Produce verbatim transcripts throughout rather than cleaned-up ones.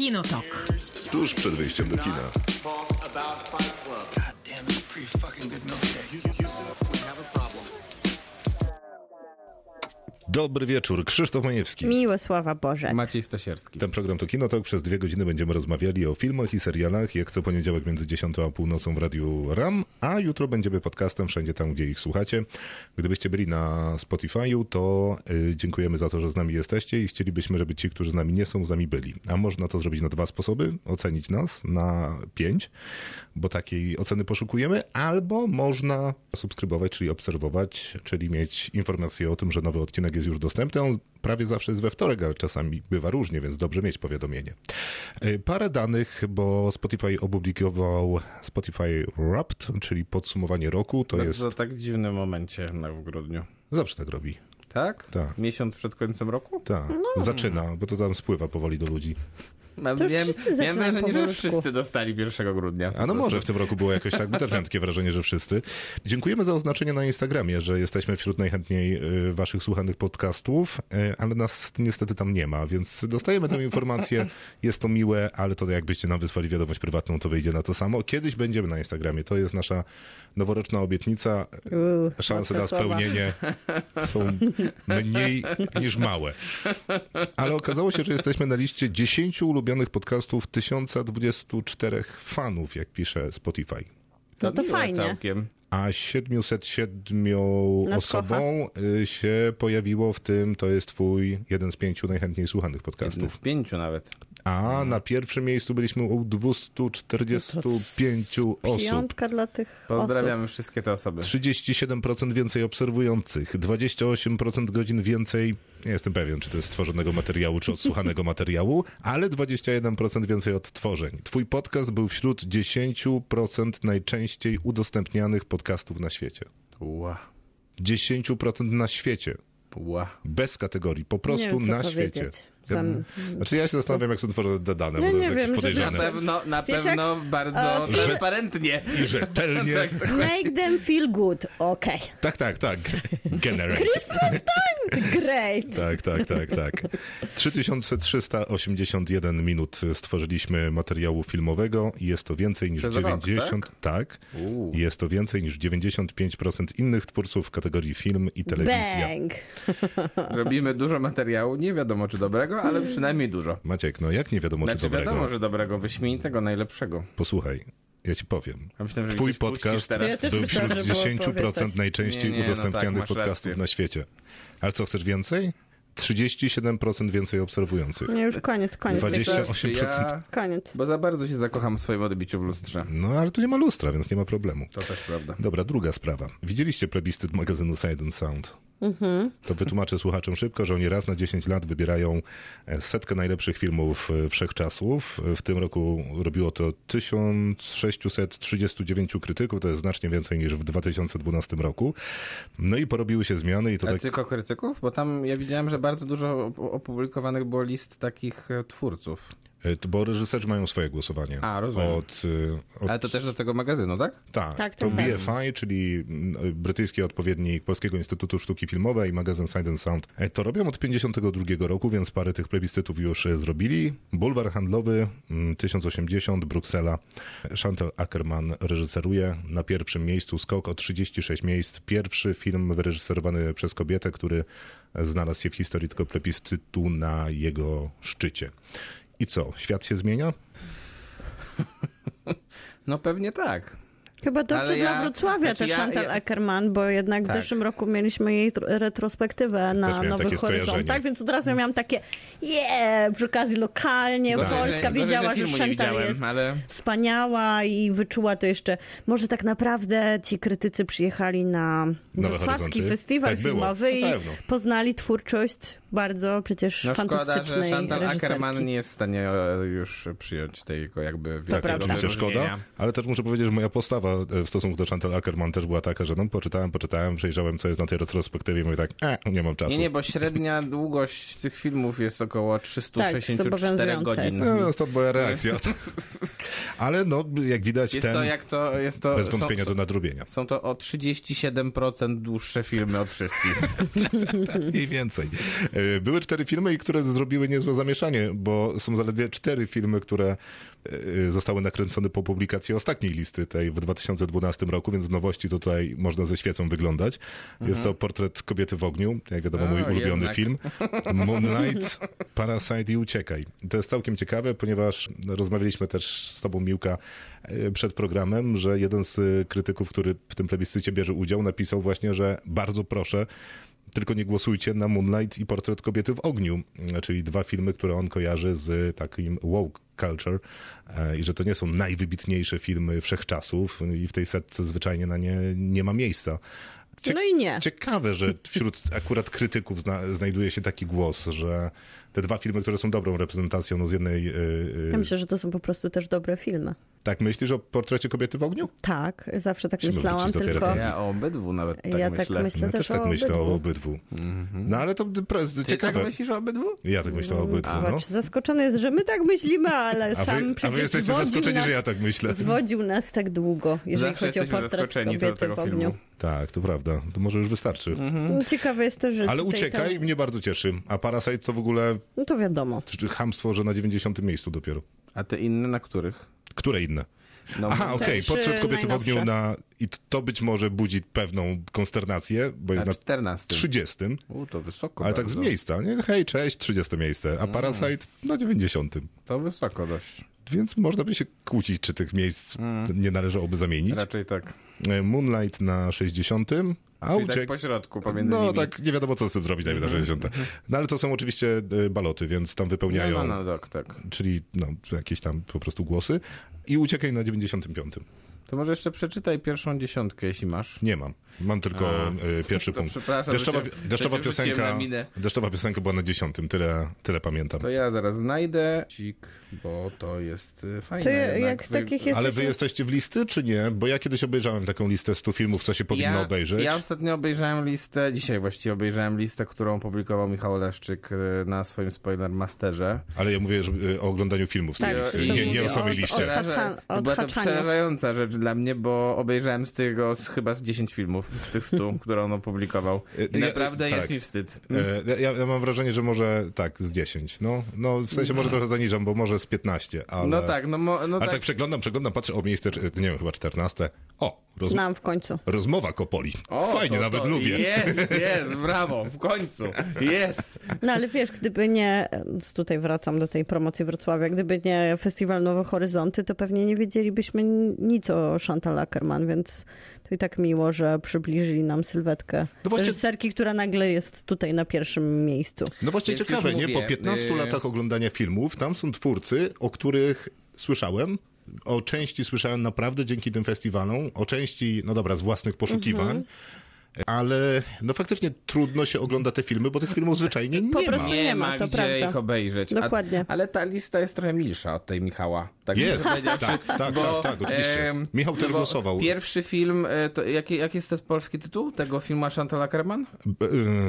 Kinotok. Tuż przed wyjściem do kina. Dobry wieczór, Krzysztof Majewski. Miłosława Bożek. Maciej Stasierski. Ten program to Kinotok. Przez dwie godziny będziemy rozmawiali o filmach i serialach, jak co poniedziałek między dziesiątą a północą w Radiu RAM, a jutro będziemy podcastem wszędzie tam, gdzie ich słuchacie. Gdybyście byli na Spotify'u, to y, dziękujemy za to, że z nami jesteście i chcielibyśmy, żeby ci, którzy z nami nie są, z nami byli. A można to zrobić na dwa sposoby. Ocenić nas na pięć, bo takiej oceny poszukujemy, albo można subskrybować, czyli obserwować, czyli mieć informacje o tym, że nowy odcinek jest już dostępny. On prawie zawsze jest we wtorek, ale czasami bywa różnie, więc dobrze mieć powiadomienie. Parę danych, bo Spotify opublikował Spotify Wrapped, czyli podsumowanie roku. To Bardzo jest... w tak dziwnym momencie w grudniu. Zawsze tak robi. Tak? Tak. Miesiąc przed końcem roku? Tak. No. Zaczyna, bo to tam spływa powoli do ludzi. Mam, To już miałem, wszyscy miałem zaczynają wrażenie, że powolutku. wszyscy dostali pierwszego grudnia. A no może w tym roku było jakoś tak, bo też miałem takie wrażenie, że wszyscy. Dziękujemy za oznaczenie na Instagramie, że jesteśmy wśród najchętniej y, waszych słuchanych podcastów, y, ale nas niestety tam nie ma, więc dostajemy tę informację, jest to miłe, ale to jakbyście nam wysłali wiadomość prywatną, to wyjdzie na to samo. Kiedyś będziemy na Instagramie, to jest nasza noworoczna obietnica. Uuu, Szanse mocne na słowa. spełnienie są mniej niż małe. Ale okazało się, że jesteśmy na liście dziesięciu ulubionych podcastów tysiąc dwudziestu czterech fanów, jak pisze Spotify. No to miłe fajnie. Całkiem. A siedmiuset siedem Nas osobom y, się pojawiło w tym, to jest twój jeden z pięciu najchętniej słuchanych Jeden podcastów. z pięciu nawet. A na pierwszym miejscu byliśmy u dwieście czterdzieści pięć osób. Piątka dla tych Pozdrawiamy wszystkie te osoby. trzydzieści siedem procent więcej obserwujących, dwadzieścia osiem procent godzin więcej, nie jestem pewien, czy to jest stworzonego materiału, czy odsłuchanego materiału, ale dwadzieścia jeden procent więcej odtworzeń. Twój podcast był wśród dziesięć procent najczęściej udostępnianych podcastów na świecie. Ła. dziesięć procent na świecie. Ła. Bez kategorii, po prostu Nie wiem, co na powiedzieć. świecie. Sam- Znaczy ja się zastanawiam, jak są tworzone te dane, Ja bo to nie jest jakieś wiem, że Na podejrzane. pewno, na Wiesz, pewno jak- bardzo a, transparentnie. I rzetelnie. Tak, tak. Make them feel good. Okej. Tak, tak, tak. Generate. Christmas time! Great! Tak, tak, tak, tak. trzy tysiące trzysta osiemdziesiąt jeden minut stworzyliśmy materiału filmowego i jest to więcej niż Przez rok, dziewięćdziesiąt... tak? Uuu. Jest to więcej niż dziewięćdziesiąt pięć procent innych twórców w kategorii film i telewizja. Bang! Robimy dużo materiału, nie wiadomo czy dobrego, ale przynajmniej dużo. Maciek, no jak nie wiadomo, czy Znaczy dobrego? wiadomo, że dobrego, wyśmienitego, najlepszego. Posłuchaj, ja ci powiem. Ja myślałem, że Twój gdzieś puścisz podcast teraz. Ja też był myślałem, wśród że było dziesięć procent powie coś. najczęściej Nie, nie, no udostępnianych tak, masz podcastów rację. na świecie. Ale co, chcesz więcej? trzydzieści siedem procent więcej obserwujących. Nie, już koniec, koniec. dwadzieścia osiem procent. Ja, Koniec. bo za bardzo się zakocham w swoim odbiciu w lustrze. No, ale tu nie ma lustra, więc nie ma problemu. To też prawda. Dobra, druga sprawa. Widzieliście plebiscyt magazynu Sight and Sound? Mhm. To wytłumaczę słuchaczom szybko, że oni raz na dziesięć lat wybierają setkę najlepszych filmów e, wszechczasów. W tym roku robiło to tysiąc sześćset trzydzieści dziewięć krytyków, to jest znacznie więcej niż w dwa tysiące dwunastym roku. No i porobiły się zmiany i to A tak... tylko krytyków? Bo tam ja widziałem, że bardzo dużo op- opublikowanych było list takich e, twórców. e, to- Bo reżyserzy mają swoje głosowanie. A, rozumiem. Od, e, od... Ale to też do tego magazynu, tak? Tak, Tak, to tak, B tak. F I, czyli mm, brytyjski odpowiednik Polskiego Instytutu Sztuki Filmowej i magazyn Sight and Sound. E, To robią od pięćdziesiątego drugiego roku, więc parę tych plebiscytów już e, zrobili. Bulwar handlowy, mm, tysiąc osiemdziesiąt, Bruksela. Chantal Ackerman reżyseruje. Na pierwszym miejscu skok o trzydzieści sześć miejsc. Pierwszy film wyreżyserowany przez kobietę, który e, znalazł się w historii tego plebiscytu na jego szczycie. I co? Świat się zmienia? No pewnie tak. Chyba dobrze Ale ja- dla Wrocławia znaczy też ja- Chantal ja- Ackerman, bo jednak Tak. w zeszłym roku mieliśmy jej tr- retrospektywę na miałem Nowych takie skojarzenie. Horyzontach, więc od razu ja miałam takie yeah, przy okazji lokalnie, Gorzej, Polska że- gorzej, wiedziała, że filmu nie Chantal widziałem, jest ale... wspaniała i wyczuła to jeszcze. Może tak naprawdę ci krytycy przyjechali na Nowe wrocławski Horyzonty. festiwal Tak było, filmowy na i pewno. poznali twórczość bardzo przecież No szkoda, że fantastycznej Chantal reżyserki. Ackerman nie jest w stanie e, już przyjąć tego jakby wielkiego Tak, prawda. oczywiście wyróżnienia. szkoda, ale też muszę powiedzieć, że moja postawa postawa w stosunku do Chantal Akerman też była taka, że no poczytałem, poczytałem, przejrzałem, co jest na tej retrospektywie i mówię tak, e, nie mam czasu. Nie, nie, bo średnia długość tych filmów jest około trzysta sześćdziesiąt cztery zobowiązująca godzin. No, stąd moja reakcja. Ale no, jak widać, Jest ten to jak to... Jest to bez wątpienia są, do nadrobienia. są to o trzydzieści siedem procent dłuższe filmy od wszystkich. I więcej. Były cztery filmy, które zrobiły niezłe zamieszanie, bo są zaledwie cztery filmy, które zostały nakręcone po publikacji ostatniej listy, tej w dwa tysiące dwunastym roku, więc nowości tutaj można ze świecą wyglądać. Jest mhm. to Portret kobiety w ogniu, jak wiadomo, mój o, ulubiony jednak. film. Moonlight, Parasite i Uciekaj. To jest całkiem ciekawe, ponieważ rozmawialiśmy też z tobą, Miłka, przed programem, że jeden z krytyków, który w tym plebiscycie bierze udział, napisał właśnie, że bardzo proszę, tylko nie głosujcie na Moonlight i Portret kobiety w ogniu, czyli dwa filmy, które on kojarzy z takim woke culture i że to nie są najwybitniejsze filmy wszechczasów i w tej setce zwyczajnie na nie nie ma miejsca. Cie- no i nie. Ciekawe, że wśród akurat krytyków zna- znajduje się taki głos, że te dwa filmy, które są dobrą reprezentacją, no z jednej... Yy, ja myślę, że to są po prostu też dobre filmy. Tak myślisz o Portrecie kobiety w ogniu? Tak, zawsze tak Musimy myślałam, tylko... Ja o obydwu nawet tak ja myślę. tak myślę Ja też, też tak o myślę obydwu. o obydwu. Mm-hmm. No ale to Ty ciekawe. tak myślisz o obydwu? Ja tak myślę o obydwu, A, no. Zaskoczony jest, że my tak myślimy, ale A sam wy, przecież a wy jesteście zwodził zaskoczeni, nas, że ja tak myślę. Zwodził nas tak długo, jeżeli Zawsze chodzi o jesteśmy Portret zaskoczeni co do kobiety tego w ogniu. filmu. Tak, to prawda. To może już wystarczy. Mm. Ciekawe jest to, że Ale tutaj Uciekaj tam... mnie bardzo cieszy. A Parasite to w ogóle No to wiadomo. chamstwo, że na dziewięćdziesiątym miejscu dopiero. A te inne na których? Które inne? No, Aha, okej. Okay. trzy Portret kobiety w ogniu najnowsze. na... I to być może budzi pewną konsternację, bo jest na na czternastym. trzydziestym. U, to wysoko Ale bardzo. tak z miejsca, nie? Hej, cześć, trzydzieste miejsce. A Parasite na dziewięćdziesiątym. To wysoko dość. Więc można by się kłócić, czy tych miejsc mm. nie należałoby zamienić. Raczej tak. Moonlight na sześćdziesiątym. A Czyli uciek... tak po środku pomiędzy No nimi. tak, nie wiadomo co z tym zrobić mm-hmm. na sześćdziesiątym. No ale to są oczywiście y, baloty, więc tam wypełniają, No, no, no tak, tak. czyli no, jakieś tam po prostu głosy. I Uciekaj na dziewięćdziesiątym piątym. To może jeszcze przeczytaj pierwszą dziesiątkę, jeśli masz. Nie mam. Mam tylko y, pierwszy to punkt. przepraszam, Deszczowa, że cię- deszczowa, że cię wrzuciłem piosenka, na minę. deszczowa piosenka była na dziesiątym, tyle, tyle pamiętam. To ja zaraz znajdę cik, bo to jest y, fajne. To ja- jednak. jak Wy- takich jest- Ale wy jesteśmy- jesteście w listy, czy nie? Bo ja kiedyś obejrzałem taką listę stu filmów, co się powinno ja, obejrzeć. Ja ostatnio obejrzałem listę, dzisiaj właściwie obejrzałem listę, którą opublikował Michał Leszczyk y, na swoim Spoilermasterze. Ale ja mówię że, y, o oglądaniu filmów z tej Tak, listy, to nie, nie mówi o samej o- liście. o- Odhacza- Była to odhaczaniu. przerażająca rzecz dla mnie, bo obejrzałem z tego z, chyba z dziesięć filmów z tych stu, które on opublikował. I Ja- naprawdę tak. jest mi wstyd. E, Ja, ja mam wrażenie, że może tak, z dziesięć. No, no w sensie może trochę zaniżam, bo może z piętnaście, ale... No tak, no, mo, no Ale tak. tak. przeglądam, przeglądam, patrzę o miejsce, czy- nie wiem, chyba czternaste. O, roz, Znam w końcu. rozmowa Kopoli. O, Fajnie, to, nawet to, lubię. Jest, jest, brawo, w końcu, jest. No ale wiesz, gdyby nie, tutaj wracam do tej promocji Wrocławia, gdyby nie Festiwal Nowe Horyzonty, to pewnie nie wiedzielibyśmy nic o Chantal Akerman, więc to i tak miło, że przybliżyli nam sylwetkę No właśnie- reżyserki, która nagle jest tutaj na pierwszym miejscu. No właśnie Więc ciekawe, już nie? mówię, Po piętnastu y- latach oglądania filmów, tam są twórcy, o których słyszałem. O części słyszałem naprawdę dzięki tym festiwalom, o części, no dobra, z własnych poszukiwań. Mhm. Ale no faktycznie trudno się ogląda te filmy, bo tych filmów zwyczajnie nie Po ma. prostu Nie, nie ma, ma to gdzie prawda. ich obejrzeć. A- Dokładnie. ale ta lista jest trochę milsza od tej Michała. Tak Jest, powiedziawszy, tak, tak, tak, tak, oczywiście. em, Michał też bo głosował. Pierwszy film, e, to jaki, jaki jest ten polski tytuł tego filmu Chantal Akerman? B-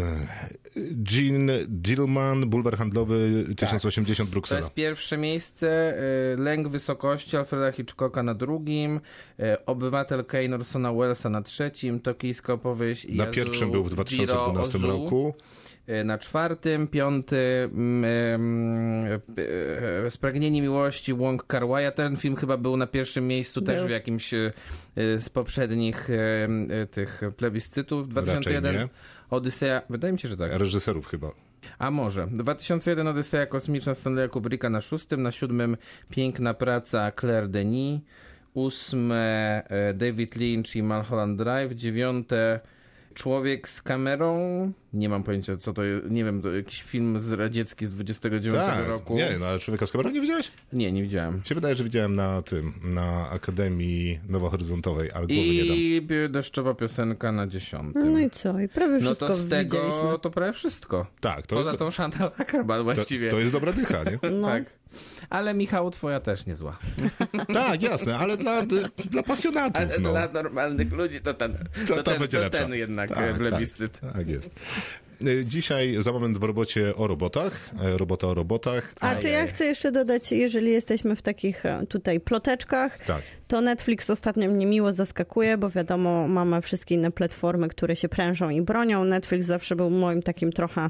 e, Jean Dillman, Bulwar Handlowy, tysiąc osiemdziesiąt To Bruksela. jest pierwsze miejsce. e, Lęk wysokości Alfreda Hitchcocka na drugim. e, Obywatel Kane Orsona Wellesa na trzecim. Tokijska opowieść Na Yasu pierwszym był w dwa tysiące dwunastym Jiro Ozu. roku. E, Na czwartym, piąty mm, em, e, Spragnienie miłości Wong Kar-wai'a. Ten film chyba był na pierwszym miejscu też Był. w jakimś e, z poprzednich e, e, tych plebiscytów. dwa tysiące jeden Raczej Odyseja, wydaje mi się, że tak. Reżyserów chyba. A może. dwa tysiące jeden Odyseja kosmiczna Stanleya Kubricka na szóstym, na siódmym Piękna praca Claire Denis, ósme e, David Lynch i Mulholland Drive, dziewiąte Człowiek z kamerą, Nie mam pojęcia, co to jest. Nie wiem, to jakiś film z radziecki z dwudziestego dziewiątego Tak, roku. nie, no ale Człowieka z kamerą nie widziałeś? Nie, nie widziałem. Się wydaje, że widziałem na tym, na Akademii Nowohoryzontowej, ale głowy nie dam. I deszczowa piosenka na dziesiątym. No i co? I prawie No wszystko to z tego widzieliśmy. to prawie wszystko. Tak, to Poza jest, tą Chantal Ackerman właściwie. to, to jest dobra dycha, nie? No. Tak. Ale Michał, twoja też niezła. Tak, jasne, ale dla, dla pasjonatów, Ale no. dla normalnych ludzi to ten, To- to to ten, będzie to lepsza. ten jednak Tak, plebiscyt. Tak, tak jest. Dzisiaj za moment w robocie o robotach, robota o robotach. A to ja chcę jeszcze dodać, jeżeli jesteśmy w takich e, tutaj ploteczkach, Tak. to Netflix ostatnio mnie miło zaskakuje, bo wiadomo, mamy wszystkie inne platformy, które się prężą i bronią. Netflix zawsze był moim takim trochę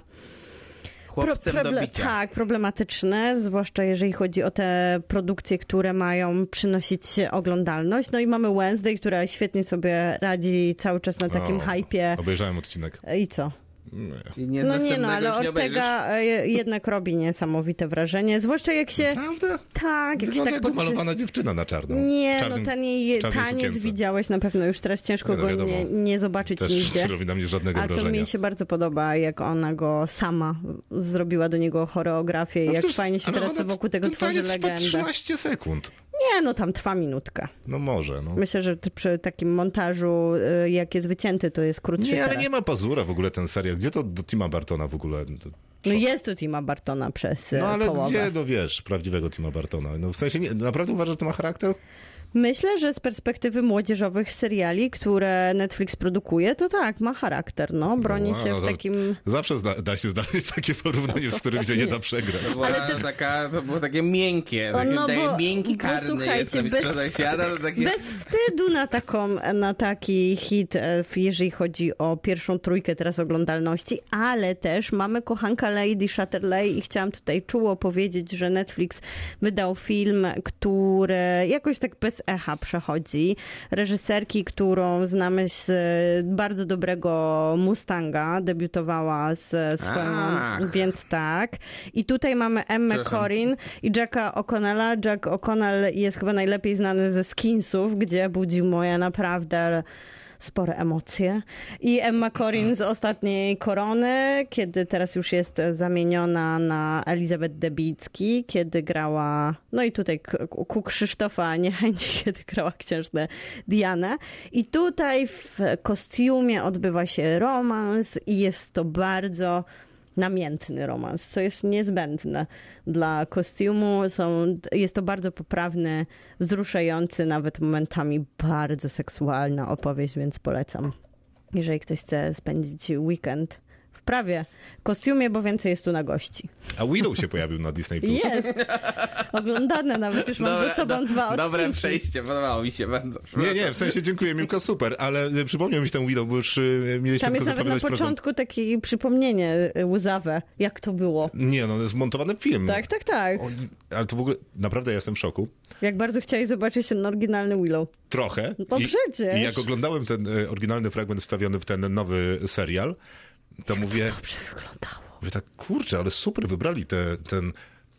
Chłopcem Pro- do proble- bicia. Tak, problematyczne, zwłaszcza jeżeli chodzi o te produkcje, które mają przynosić oglądalność. No i mamy Wednesday, która świetnie sobie radzi cały czas na takim O, hypie. Obejrzałem odcinek. I co? Nie. I nie, No nie no, następnego ale już nie obejrzysz. Ortega e, jednak robi niesamowite wrażenie, zwłaszcza jak się... Prawda? Tak, jak się Wygląda tak jak patrzy... umalowana dziewczyna na czarno. Nie, W czarnym, no ten jej czarnej taniec sukience. widziałeś na pewno już teraz ciężko Nie, no go wiadomo. nie, nie zobaczyć Też nigdzie. nie robi na mnie żadnego A to wrażenia. mi się bardzo podoba, jak ona go sama zrobiła do niego choreografię i No jak przecież- fajnie się ale teraz ona- wokół tego ten tworzy taniec trwa legendę. trzynaście sekund. Nie, no tam trwa minutka. No może, no. Myślę, że t- przy takim montażu, y, jak jest wycięty, to jest krótszy Nie, ale teraz. nie ma pazura w ogóle ten serial. Gdzie to do Tima Bartona w ogóle? No jest tu Tima Bartona przez y, No ale połowę. gdzie, no wiesz, prawdziwego Tima Bartona? No w sensie, nie, naprawdę uważasz, że to ma charakter? Myślę, że z perspektywy młodzieżowych seriali, które Netflix produkuje, to tak, ma charakter, no. Broni No, się no w to- takim... Zawsze zda, da się znaleźć takie porównanie, z którym się nie da przegrać. To, była Ale też- taka, to było takie miękkie, O, taki, no taki bo- miękki bo karny słuchajcie, jest na bez- Mistrzostwach Świata. To takie... Bez wstydu na, taką, na taki hit, e, jeżeli chodzi o pierwszą trójkę teraz oglądalności, ale też mamy kochanka Lady Chatterley i chciałam tutaj czuło powiedzieć, że Netflix wydał film, który jakoś tak bez echa przechodzi. Reżyserki, którą znamy z bardzo dobrego Mustanga, debiutowała z swoją, Ach. więc tak. I tutaj mamy Emmę Przepraszam. Corrin i Jacka O'Connella. Jack O'Connell jest chyba najlepiej znany ze Skinsów, gdzie budził moje naprawdę spore emocje. I Emma Corrin z Ostatniej Korony, kiedy teraz już jest zamieniona na Elizabeth Debicki, kiedy grała, no i tutaj k- ku Krzysztofa niechęci, kiedy grała księżnę Dianę. I tutaj w kostiumie odbywa się romans i jest to bardzo namiętny romans, co jest niezbędne dla kostiumu. Są, jest to bardzo poprawny, wzruszający, nawet momentami bardzo seksualna opowieść, więc polecam. Jeżeli ktoś chce spędzić weekend w prawie kostiumie, bo więcej jest tu na gości. A Willow się pojawił na Disney Plus. Jest! Oglądane nawet, już mam ze sobą dwa odcinki. Dobre przejście, podobało mi się bardzo. Nie, nie, w sensie dziękuję, Miłka, super, ale przypomniał mi się ten Willow, bo już y, mieliśmy Tam jest tylko nawet na zapowiadać program. początku takie przypomnienie y, łzawe, jak to było. Nie, no, to jest zmontowany film. Tak, tak, tak. O, ale to w ogóle, naprawdę ja jestem w szoku. Jak bardzo chciałeś zobaczyć ten oryginalny Willow. Trochę. No I, przecież. I jak oglądałem ten y, oryginalny fragment wstawiony w ten nowy serial, to mówię, Dobrze wyglądało. mówię tak, kurczę, ale super wybrali te, ten...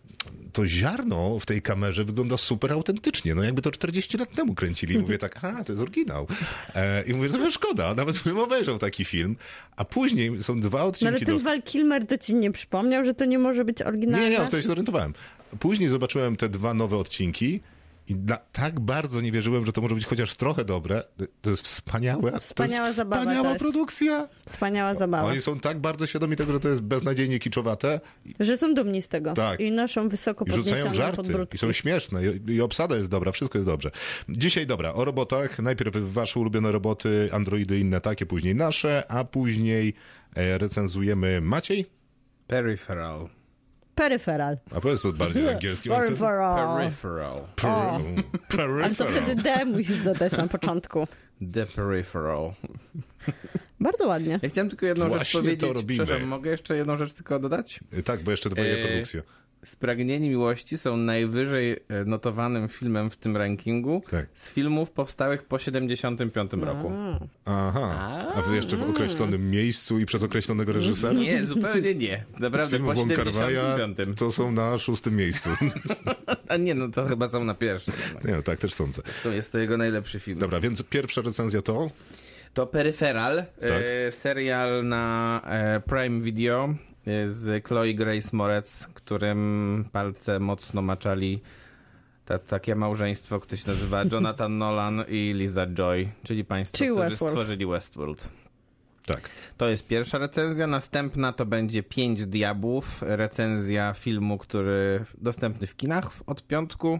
To ziarno w tej kamerze wygląda super autentycznie. No jakby to czterdzieści lat temu kręcili. I mówię tak, a, to jest oryginał. E, I mówię, że szkoda, nawet bym obejrzał taki film. A później są dwa No odcinki... ale ten dos- Val Kilmer to ci nie przypomniał, że to nie może być oryginalne? Nie, nie, wtedy się zorientowałem. Później zobaczyłem te dwa nowe odcinki i na, tak bardzo nie wierzyłem, że to może być chociaż trochę dobre. To jest wspaniałe. Wspaniała to jest zabawa wspaniała to jest. produkcja. Wspaniała zabawa. Oni są tak bardzo świadomi tego, że to jest beznadziejnie kiczowate Że są dumni z tego. Tak. I noszą wysoko i rzucają podniesione żarty. podbródki. I są śmieszne. I, I obsada jest dobra. Wszystko jest dobrze. Dzisiaj dobra, o robotach. Najpierw wasze ulubione roboty, androidy, inne takie, później nasze, a później e, recenzujemy Maciej. Peripheral. Peryferal. A powiedz to bardziej angielskim akcentem. Peripheral. Peripheral. Peripheral. Ale to wtedy D musisz dodać na początku. The Peripheral. Bardzo ładnie. Ja chciałem tylko jedną Właśnie rzecz to powiedzieć. robimy. Przepraszam, mogę jeszcze jedną rzecz tylko dodać? Tak, bo jeszcze dwoje E, produkcje. Spragnieni Miłości są najwyżej e, notowanym filmem w tym rankingu Tak. z filmów powstałych po siedemdziesiątym piątym roku. Aha. A wy jeszcze w określonym miejscu i przez określonego reżysera? Nie, zupełnie nie. Z Naprawdę po filmu Wong siedemdziesiątym Kar-wai'a piątym. to są na szóstym miejscu. A nie, no to chyba są na pierwszym. Nie, no tak też sądzę. Zresztą jest to jego najlepszy film. Dobra, więc pierwsza recenzja to... To Peripheral, Tak. e, serial na e, Prime Video e, z Chloe Grace Moretz, którym palce mocno maczali ta, takie małżeństwo, które się nazywa Jonathan Nolan i Lisa Joy, czyli państwo, Czyli którzy Westworld. stworzyli Westworld. Tak. To jest pierwsza recenzja, następna to będzie Pięć Diabłów, recenzja filmu, który dostępny w kinach od piątku.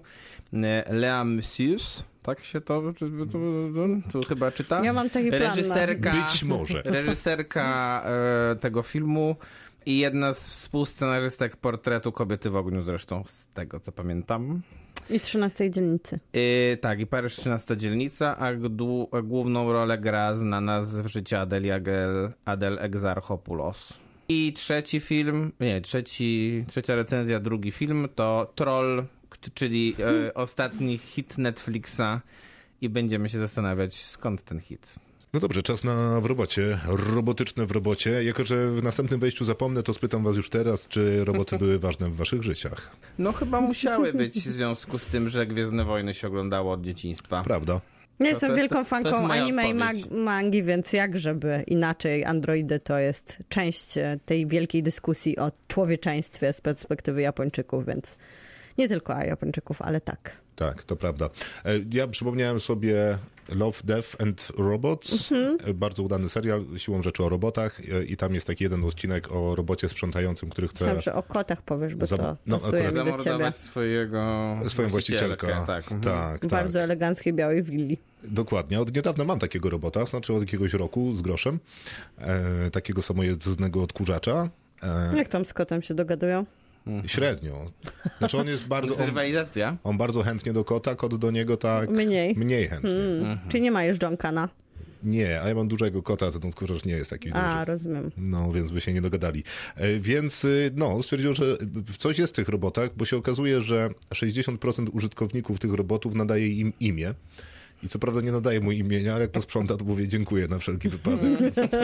Lea Monsieur, tak się to, to, to, to, to chyba czyta? Ja mam taki plan na- Reżyserka, Być może. reżyserka e, tego filmu i jedna z współscenarzystek Portretu kobiety w ogniu zresztą, z tego co pamiętam. I trzynastej dzielnicy. Yy, tak, i Paryż trzynasta dzielnica, a, gdu, a główną rolę gra znana z życia Adeli Agel, Adel Exarchopoulos. I trzeci film, nie, trzeci, trzecia recenzja, drugi film to Troll, k- czyli e, ostatni hit Netflixa i będziemy się zastanawiać, skąd ten hit. No dobrze, czas na w robocie. Robotyczne w robocie. Jako że w następnym wejściu zapomnę, to spytam was już teraz, czy roboty były ważne w waszych życiach. No chyba musiały być w związku z tym, że Gwiezdne Wojny się oglądało od dzieciństwa. Prawda? Nie jestem to- wielką to- to fanką jest moja anime i odpowiedź. mag- mangi, więc jak żeby inaczej androidy to jest część e, tej wielkiej dyskusji o człowieczeństwie z perspektywy Japończyków, więc nie tylko Japończyków, ale tak. Tak, to prawda. E, Ja przypomniałem sobie Love, Death and Robots. E, Bardzo udany serial, siłą rzeczy o robotach e, i tam jest taki jeden odcinek o robocie sprzątającym, który chce Myślałem, że o kotach powiesz, bo Zam- to no, pasuje akurat- mi do ciebie. Zamordować swojego swoją właścicielkę. Tak, mhm. tak, tak. Bardzo eleganckiej białej willi. Dokładnie. Od niedawna mam takiego robota, znaczy od jakiegoś roku z groszem. E, takiego samojezdnego odkurzacza. E, Jak tam z kotem się dogadują? średnio. Znaczy on jest bardzo... To jest On, rywalizacja. on bardzo chętnie do kota, kot do niego tak... Mniej. Mniej chętnie. Mm. Czyli nie ma jeżdżonkana. Nie, a ja mam dużego kota, ten odkurzacz nie jest taki duży. A, rozumiem. No, więc by się nie dogadali. E, Więc, y, no, stwierdził, że coś jest w tych robotach, bo się okazuje, że sześćdziesiąt procent użytkowników tych robotów nadaje im imię. I co prawda nie nadaje mu imienia, ale jak posprząta, to mówię dziękuję na wszelki wypadek.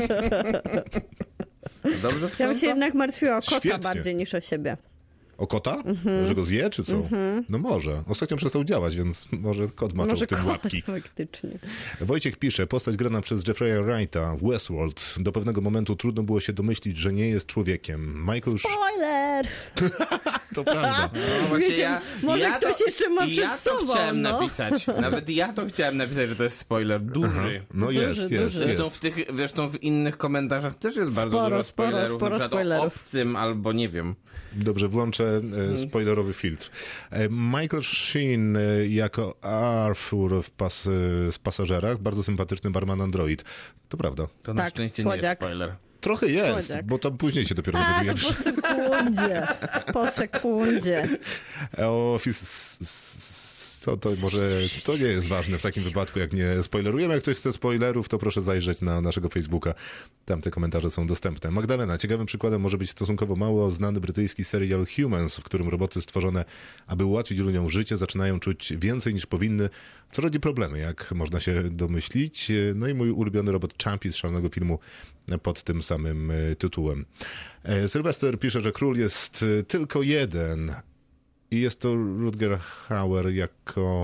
Dobrze Ja sprząta? bym się jednak martwiła o kota Świetnie. bardziej niż o siebie. O kota? Mhm. Że go zje, czy co? No może. Ostatnio przestał działać, więc może kot maczał Może w tym kot łapki. faktycznie. Wojciech pisze, postać grana przez Jeffrey'a Wrighta w Westworld. Do pewnego momentu trudno było się domyślić, że nie jest człowiekiem. Michael... Sh- Spoiler! to prawda. No właśnie Wiecie, ja, może ja ktoś to, jeszcze ma ja przed to sobą, chciałem no. napisać. Nawet ja to chciałem napisać, że to jest spoiler duży. No Duży, jest, jest, duży. jest. Zresztą w, tych, zresztą w innych komentarzach też jest bardzo Sporo, dużo sporo, spoilerów. sporo na przykład spoilerów. o obcym albo nie wiem. Dobrze, włączę e, spoilerowy filtr. E, Michael Sheen e, jako Arthur w pas, e, z Pasażerach, bardzo sympatyczny barman android. To prawda. To na Tak, szczęście nie jest słodziak. spoiler. Trochę jest, Słodziak. bo tam później się dopiero A, to dowiadujemy. po sekundzie. Po sekundzie. Office, s- s- to, to może to nie jest ważne w takim wypadku, jak nie spoilerujemy. Jak ktoś chce spoilerów, to proszę zajrzeć na naszego Facebooka. Tam te komentarze są dostępne. Magdalena, ciekawym przykładem może być stosunkowo mało znany brytyjski serial Humans, w którym roboty stworzone, aby ułatwić ludziom życie, zaczynają czuć więcej niż powinny, co rodzi problemy, jak można się domyślić. No i mój ulubiony robot Champy z szalonego filmu pod tym samym e, tytułem. E, Sylwester pisze, że król jest e, tylko jeden. I jest to Rutger Hauer jako...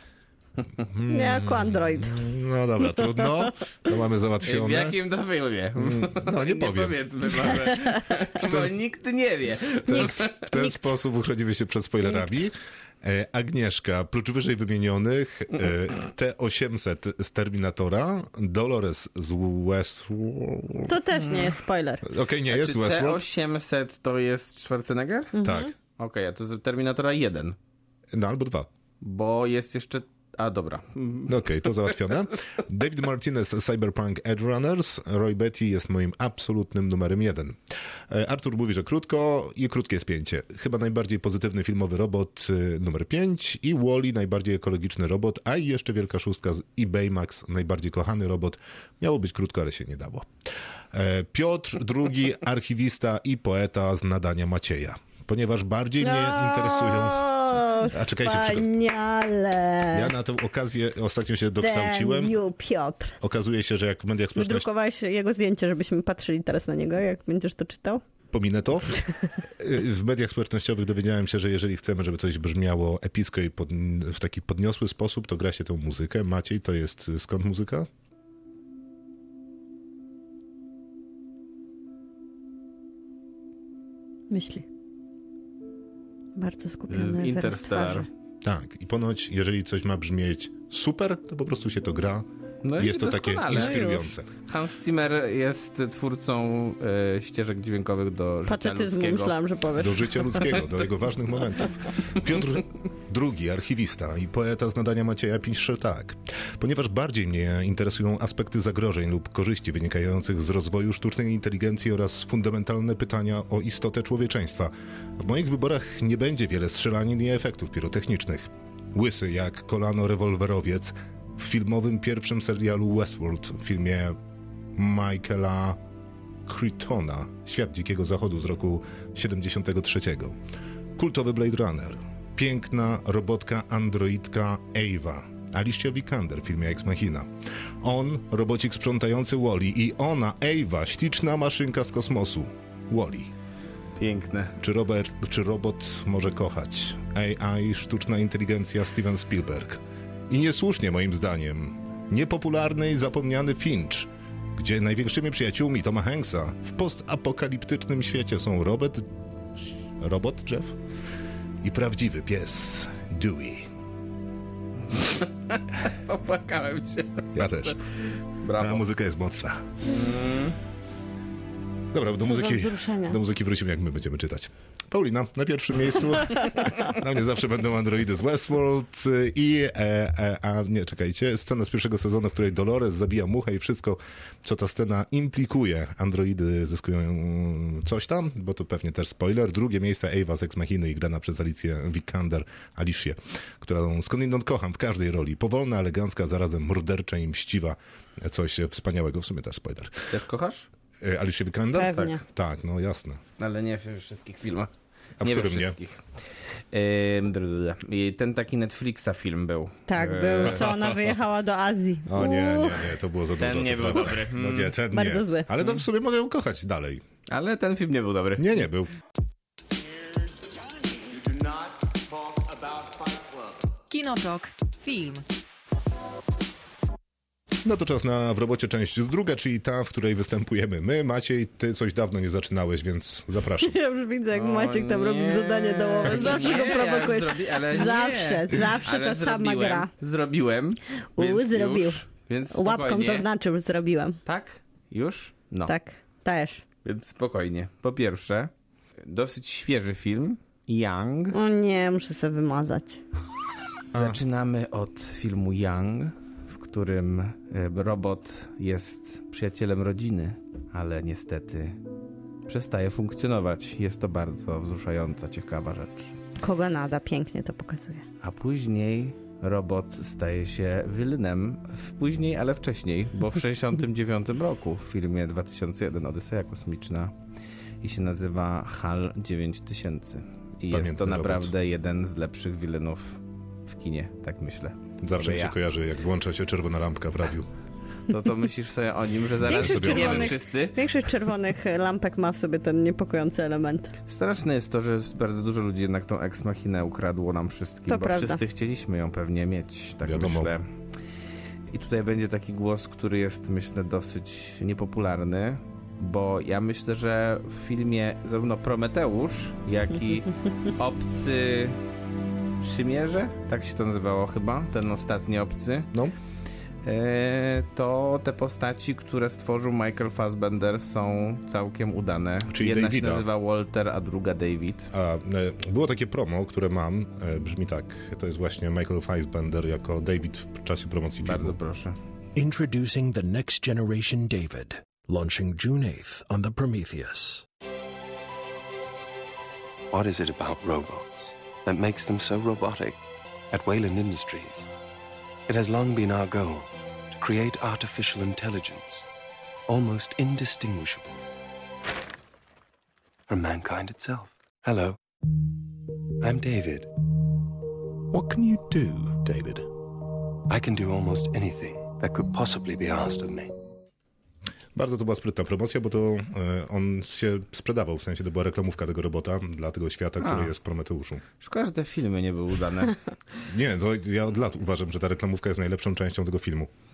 Nie, jako android. No dobra, trudno. To mamy W załatwione. jakim to filmie? No nie powiem. powiedzmy może. Bo nikt nie wie. W ten, w ten sposób uchronimy się przed spoilerami. E, Agnieszka, prócz wyżej wymienionych, e, T osiemset z Terminatora, Dolores z Westworld. To też nie jest spoiler. Okej, nie jest Czy T Westworld. osiemset to jest Schwarzenegger? Okej, Tak. a to z Terminatora jeden. No albo dwa. Bo jest jeszcze... A, dobra. No Okej, to załatwione. David Martinez, Cyberpunk Edge Runners. Roy Betty jest moim absolutnym numerem jeden. E, Artur mówi, że krótko i krótkie spięcie. Chyba najbardziej pozytywny filmowy robot y, numer pięć i Wall-E najbardziej ekologiczny robot, a i jeszcze wielka szóstka z eBaymax, najbardziej kochany robot. Miało być krótko, ale się nie dało. E, Piotr drugi, archiwista i poeta z nadania Macieja. Ponieważ bardziej mnie interesują... O, A czekajcie, czekaj. wspaniale. Ja na tę okazję ostatnio się dokształciłem. Then you, Piotr. Okazuje się, że jak w mediach społecznościowych... Wydrukowałeś jego zdjęcie, żebyśmy patrzyli teraz na niego, jak będziesz to czytał? Pominę to. W mediach społecznościowych dowiedziałem się, że jeżeli chcemy, żeby coś brzmiało epicko i pod, w taki podniosły sposób, to gra się tę muzykę. Maciej, to jest skąd muzyka? Myśli. Bardzo skupiony wyraz Interstellar. twarzy. Tak, i ponoć, jeżeli coś ma brzmieć super, to po prostu się to gra. No Jest i to takie doskonale. inspirujące. Hans Zimmer jest twórcą e, ścieżek dźwiękowych do życia Patetyzmu ludzkiego. myślałam, że powiesz. Do życia ludzkiego, do jego ważnych momentów. Piotr drugi, archiwista i poeta z nadania Macieja, pisze tak. Ponieważ bardziej mnie interesują aspekty zagrożeń lub korzyści wynikających z rozwoju sztucznej inteligencji oraz fundamentalne pytania o istotę człowieczeństwa, w moich wyborach nie będzie wiele strzelanin i efektów pirotechnicznych. Łysy jak kolano rewolwerowiec w filmowym pierwszym serialu Westworld, w filmie Michaela Crichtona, Świat Dzikiego Zachodu z roku siedemdziesiątego trzeciego. Kultowy Blade Runner. Piękna robotka androidka Ava. Alicia Vikander w filmie Ex Machina. On, robocik sprzątający Wall-E i ona, Ava, śliczna maszynka z kosmosu. Wall-E. Piękne. Czy, Robert, czy robot może kochać? A I, sztuczna inteligencja Steven Spielberg. I niesłusznie moim zdaniem, niepopularny i zapomniany Finch, gdzie największymi przyjaciółmi Toma Hanksa w postapokaliptycznym świecie są robot, robot Jeff i prawdziwy pies Dewey. Popłakałem się. Ja też. Brawo. A muzyka jest mocna. Dobra, do Co za muzyki, wzruszenie. do muzyki wrócimy, jak my będziemy czytać. Paulina, na pierwszym miejscu. Na mnie zawsze będą androidy z Westworld i, e, e, a nie, czekajcie, scena z pierwszego sezonu, w której Dolores zabija muchę i wszystko, co ta scena implikuje. Androidy zyskują coś tam, bo to pewnie też spoiler. Drugie miejsce Ava z Ex Machiny i grana przez Alicję Vikander, Alicję, którą skądinąd kocham w każdej roli. Powolna, elegancka, zarazem mordercza i mściwa. Coś wspaniałego, w sumie też spoiler. Też kochasz? Alicia Vikander? Pewnie. Tak, tak, no jasne. Ale nie we wszystkich filmach. A w nie we którym nie? wszystkich. Ym, drr, I ten taki Netflixa film był. Tak, Eee, był, co ona wyjechała do Azji. O nie, nie, Uuu. nie, to było za Ten dużo. nie to był prawda. dobry. No nie, ten Bardzo nie. zły. Ale to w sumie mogę ją kochać dalej. Ale ten film nie był dobry. Nie, nie był. Kinotok. Film. No to czas na w robocie część druga, czyli ta, w której występujemy my. Maciej, ty coś dawno nie zaczynałeś, więc zapraszam. Ja już widzę, jak O Maciek tam nie. robi zadanie domowe. Zawsze Nie, go prowokujesz. ja zrobi, ale Zawsze, nie. zawsze ale ta sama zrobiłem, gra. Zrobiłem. U, Więc zrobił. Już, więc Łapką spokojnie. zaznaczył, zrobiłem. Tak? Już? No. Tak, też. Więc spokojnie. Po pierwsze, dosyć świeży film. Young. O nie, muszę sobie wymazać. Zaczynamy od filmu Young, w którym e, robot jest przyjacielem rodziny, ale niestety przestaje funkcjonować. Jest to bardzo wzruszająca, ciekawa rzecz. Kogo nada, pięknie to pokazuje. A później robot staje się wilynem. W później, ale wcześniej, bo w sześćdziesiątym dziewiątym roku w filmie dwa tysiące jeden Odyseja Kosmiczna i się nazywa HAL dziewięć tysięcy. I Pamiętny jest to robot. naprawdę jeden z lepszych wilenów w kinie, tak myślę. Zawsze Sobie mi się ja. kojarzy, jak włącza się czerwona lampka w radiu. To to myślisz sobie o nim, że zaraz Większość sobie zginiemy czerwonych- wszyscy? Większość czerwonych lampek ma w sobie ten niepokojący element. Straszne jest to, że bardzo dużo ludzi jednak tą Ex Machinę ukradło nam wszystkim, To bo prawda. wszyscy chcieliśmy ją pewnie mieć, tak Wiadomo. myślę. I tutaj będzie taki głos, który jest, myślę, dosyć niepopularny, bo ja myślę, że w filmie zarówno Prometeusz, jak i Obcy Przymierze, tak się to nazywało chyba, ten ostatni Obcy, No, e, to te postaci, które stworzył Michael Fassbender, są całkiem udane. Czyli Jedna Davida. się nazywa Walter, a druga David. a e, było takie promo, które mam, e, brzmi tak. To jest właśnie Michael Fassbender jako David w czasie promocji filmu. Bardzo proszę. Introducing the next generation David, launching June eighth on the Prometheus. What is it about robots that makes them so robotic? At Wayland Industries, it has long been our goal to create artificial intelligence almost indistinguishable from mankind itself. Hello, I'm David. What can you do, David? I can do almost anything that could possibly be asked of me. Bardzo to była sprytna promocja, bo to e, on się sprzedawał, w sensie to była reklamówka tego robota dla tego świata, który A. jest w Prometeuszu. Szkoda, że te filmy nie były udane. Nie, to ja od lat uważam, że ta reklamówka jest najlepszą częścią tego filmu.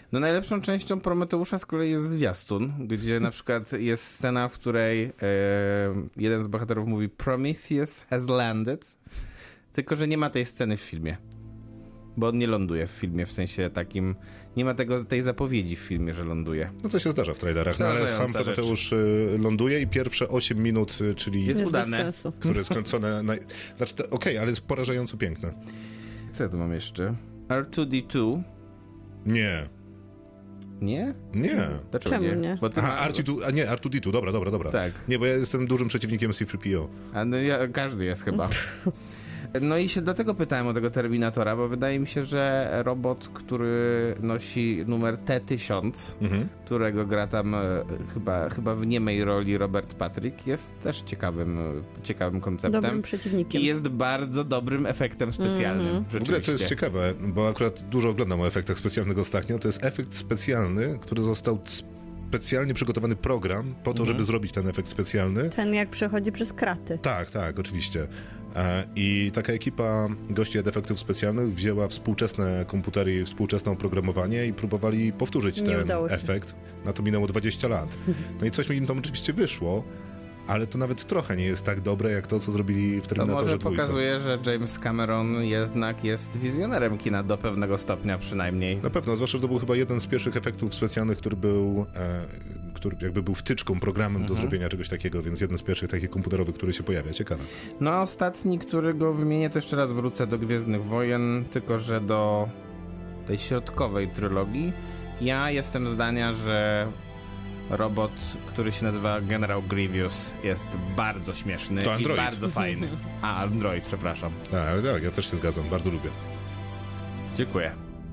No najlepszą częścią Prometeusza z kolei jest zwiastun, gdzie na przykład jest scena, w której e, jeden z bohaterów mówi Prometheus has landed, tylko że nie ma tej sceny w filmie. Bo on nie ląduje w filmie, w sensie takim... Nie ma tego, tej zapowiedzi w filmie, że ląduje. No to się zdarza w trailerach, no ale sam Prometeusz ląduje i pierwsze osiem minut, czyli... Jest udane. Które jest kręcone... Na... Znaczy, okej, okay, ale jest porażająco piękne. Co ja tu mam jeszcze? R two D two. Nie. Nie? Nie. Dlaczego Czemu nie? nie? Bo ty... Aha, R two D two, a nie, R two D two, dobra, dobra, dobra. Tak. Nie, bo ja jestem dużym przeciwnikiem C three P O. A no ja, każdy jest chyba. No i się dlatego pytałem o tego Terminatora, bo wydaje mi się, że robot, który nosi numer T tysiąc, mhm. którego gra tam e, chyba, chyba w niemej roli Robert Patrick, jest też ciekawym, ciekawym konceptem. Dobrym przeciwnikiem. I jest bardzo dobrym efektem specjalnym. Mm-hmm. W ogóle to jest ciekawe, bo akurat dużo oglądam o efektach specjalnych ostatnio. To jest efekt specjalny, który został specjalnie przygotowany program po to, mm-hmm. żeby zrobić ten efekt specjalny. Ten jak przechodzi przez kraty. Tak, tak, oczywiście. I taka ekipa gości od efektów specjalnych wzięła współczesne komputery i współczesne oprogramowanie i próbowali powtórzyć Nie ten efekt. Na to minęło dwadzieścia lat. No i coś mi im tam oczywiście wyszło, ale to nawet trochę nie jest tak dobre, jak to, co zrobili w Terminatorze dwójce. To może dwójce. pokazuje, że James Cameron jednak jest wizjonerem kina do pewnego stopnia przynajmniej. Na pewno, zwłaszcza, że to był chyba jeden z pierwszych efektów specjalnych, który był, e, który jakby był wtyczką, programem mhm. do zrobienia czegoś takiego, więc jeden z pierwszych takich komputerowych, który się pojawia. Ciekawe. No a ostatni, którego wymienię, to jeszcze raz wrócę do Gwiezdnych Wojen, tylko że do tej środkowej trylogii. Ja jestem zdania, że robot, który się nazywa General Grievous, jest bardzo śmieszny i bardzo fajny. A, Android, przepraszam. A, ale tak, ja też się zgadzam, bardzo lubię. Dziękuję.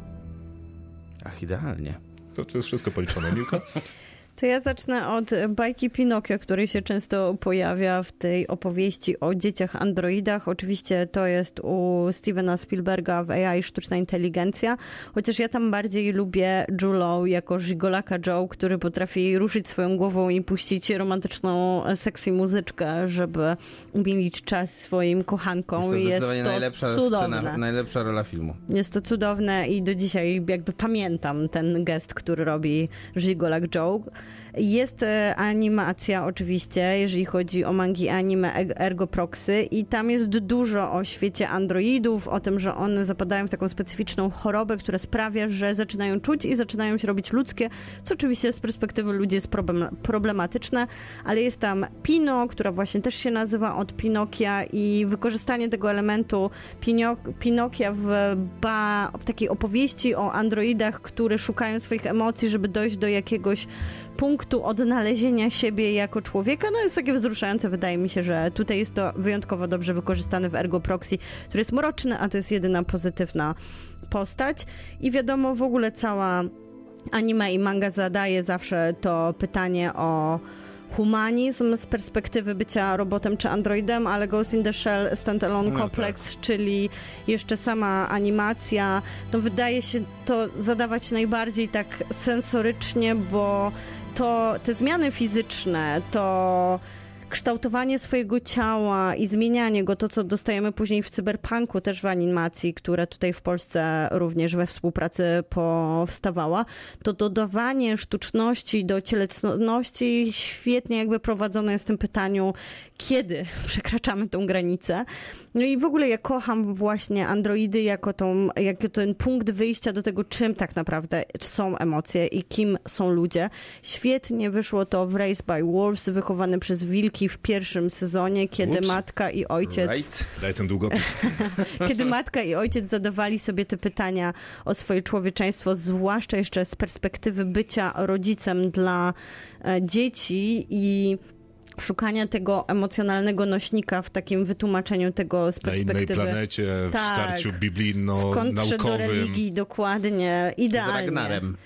Ach, idealnie. To, to jest wszystko policzone, Miłka? To ja zacznę od bajki Pinokio, który się często pojawia w tej opowieści o dzieciach androidach. Oczywiście to jest u Stevena Spielberga w A I Sztuczna Inteligencja, chociaż ja tam bardziej lubię Julo jako żigolaka Joe, który potrafi ruszyć swoją głową i puścić romantyczną, sexy muzyczkę, żeby umilić czas swoim kochankom. Jest to zdecydowanie jest to najlepsza cudowne. scena, najlepsza rola filmu. Jest to cudowne i do dzisiaj jakby pamiętam ten gest, który robi żigolak Joe. Jest animacja oczywiście, jeżeli chodzi o mangi anime Ergo Proxy i tam jest dużo o świecie androidów, o tym, że one zapadają w taką specyficzną chorobę, która sprawia, że zaczynają czuć i zaczynają się robić ludzkie, co oczywiście z perspektywy ludzi jest problem, problematyczne, ale jest tam Pino, która właśnie też się nazywa od Pinokia i wykorzystanie tego elementu Pinok, Pinokia w, ba, w takiej opowieści o androidach, które szukają swoich emocji, żeby dojść do jakiegoś punktu odnalezienia siebie jako człowieka, no jest takie wzruszające. Wydaje mi się, że tutaj jest to wyjątkowo dobrze wykorzystane w Ergo Proxy, który jest mroczny, a to jest jedyna pozytywna postać. I wiadomo, w ogóle cała anime i manga zadaje zawsze to pytanie o humanizm z perspektywy bycia robotem czy androidem, ale Ghost in the Shell Standalone no Complex, tak. czyli jeszcze sama animacja, no wydaje się to zadawać najbardziej tak sensorycznie, bo to te zmiany fizyczne, to kształtowanie swojego ciała i zmienianie go, to co dostajemy później w Cyberpunku, też w animacji, która tutaj w Polsce również we współpracy powstawała, to dodawanie sztuczności do cielesności świetnie jakby prowadzone jest w tym pytaniu, kiedy przekraczamy tą granicę. No i w ogóle ja kocham właśnie androidy jako, tą, jako ten punkt wyjścia do tego, czym tak naprawdę są emocje i kim są ludzie. Świetnie wyszło to w Raised by Wolves, wychowany przez wilki w pierwszym sezonie, kiedy Ups. matka i ojciec... Right. Daj ten długopis. Kiedy matka i ojciec zadawali sobie te pytania o swoje człowieczeństwo, zwłaszcza jeszcze z perspektywy bycia rodzicem dla e, dzieci i szukania tego emocjonalnego nośnika w takim wytłumaczeniu tego z perspektywy... Na innej planecie, tak, w starciu biblijno-naukowym. W kontrze do religii, dokładnie, idealnie. Z Ragnarem.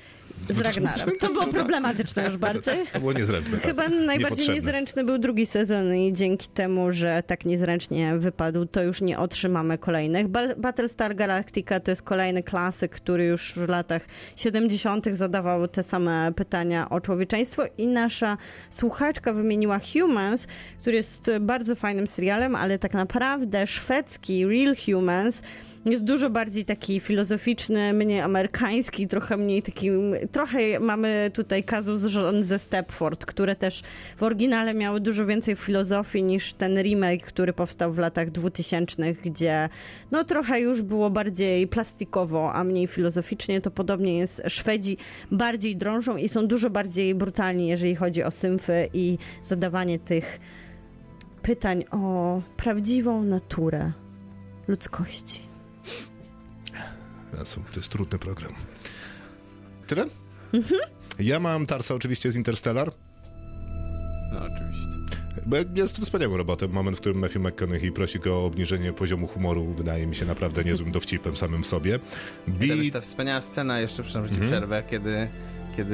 z Ragnarem. To było problematyczne już bardziej. To było niezręczne. Tak. Chyba najbardziej Niepotrzebne. niezręczny był drugi sezon i dzięki temu, że tak niezręcznie wypadł, to już nie otrzymamy kolejnych. Ba- Battlestar Galactica to jest kolejny klasyk, który już w latach siedemdziesiątych zadawał te same pytania o człowieczeństwo i nasza słuchaczka wymieniła Humans, który jest bardzo fajnym serialem, ale tak naprawdę szwedzki Real Humans jest dużo bardziej taki filozoficzny, mniej amerykański, trochę mniej taki, trochę mamy tutaj kazus żon ze Stepford, które też w oryginale miały dużo więcej filozofii niż ten remake, który powstał w latach dwutysięcznych, gdzie no trochę już było bardziej plastikowo, a mniej filozoficznie. To podobnie jest. Szwedzi bardziej drążą i są dużo bardziej brutalni, jeżeli chodzi o symfy i zadawanie tych pytań o prawdziwą naturę ludzkości. To jest trudny program. Tyle? Mhm. Ja mam Tarsa oczywiście z Interstellar. No oczywiście. Bo jest wspaniałym robotem. Moment, w którym Matthew McConaughey prosi go o obniżenie poziomu humoru, wydaje mi się naprawdę niezłym dowcipem samym sobie. Be... To jest ta wspaniała scena, jeszcze przepraszam, mm-hmm. przerwę, kiedy... kiedy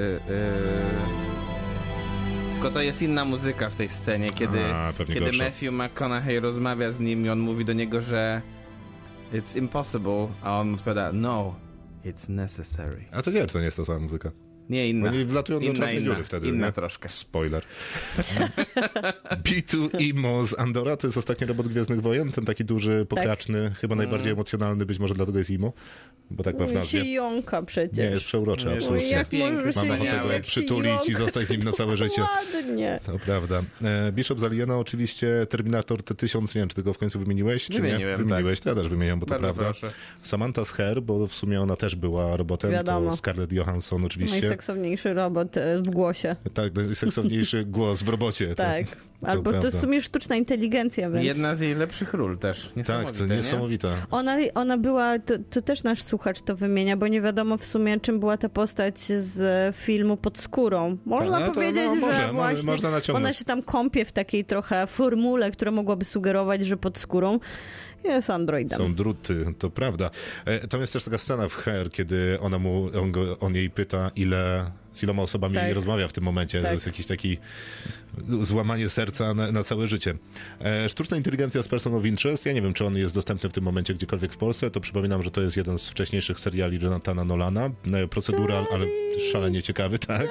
yy... Tylko to jest inna muzyka w tej scenie, kiedy, A, kiedy Matthew McConaughey rozmawia z nim i on mówi do niego, że it's impossible, a on odpowiada no, it's necessary. A to nie, to nie jest ta sama muzyka. Nie, inna. Oni wlatują do inna, czarnej inna, dziury wtedy. Inna nie? troszkę. Spoiler. B dwa E M O z Andora to jest ostatni robot Gwiezdnych Wojen, ten taki duży, pokraczny, tak. chyba najbardziej mm. emocjonalny, być może dlatego jest E M O, bo tak ma w nazwie. się jąka przecież. Nie, jest przeuroczy, nie, absolutnie. Jak Mam ochotę go przytulić i zostać z nim na całe życie. Ładnie. To prawda. E, Bishop z Aliena oczywiście, Terminator T tysiąc, nie wiem, czy ty go w końcu wymieniłeś, czy Wymieniłem, nie? Wymieniłeś, tak. to ja też wymieniam, bo to Bardzo prawda. proszę. Samantha z Her, bo w sumie ona też była robotem, Wiadomo. to Scarlett Johansson oczywiście. Najseksowniejszy robot w głosie. Tak, najseksowniejszy głos w robocie. Tak. To, Albo to to w sumie sztuczna inteligencja, więc... Jedna z jej lepszych ról też. Tak, to niesamowita. Ona, ona była, to, to też nasz słuchacz to wymienia, bo nie wiadomo w sumie, czym była ta postać z filmu Pod skórą. Można Ta, no powiedzieć, to, no, może, że właśnie można ona się tam kąpie w takiej trochę formule, która mogłaby sugerować, że pod skórą jest androidem. Są druty, to prawda. E, tam jest też taka scena w Her, kiedy ona mu, on, go, on jej pyta, ile, z iloma osobami tak. rozmawia w tym momencie. Tak. To jest jakiś taki złamanie serca na, na całe życie. E, sztuczna inteligencja z Person of Interest. Ja nie wiem, czy on jest dostępny w tym momencie gdziekolwiek w Polsce. To przypominam, że to jest jeden z wcześniejszych seriali Jonathana Nolana. E, procedura, ale szalenie ciekawy, tak?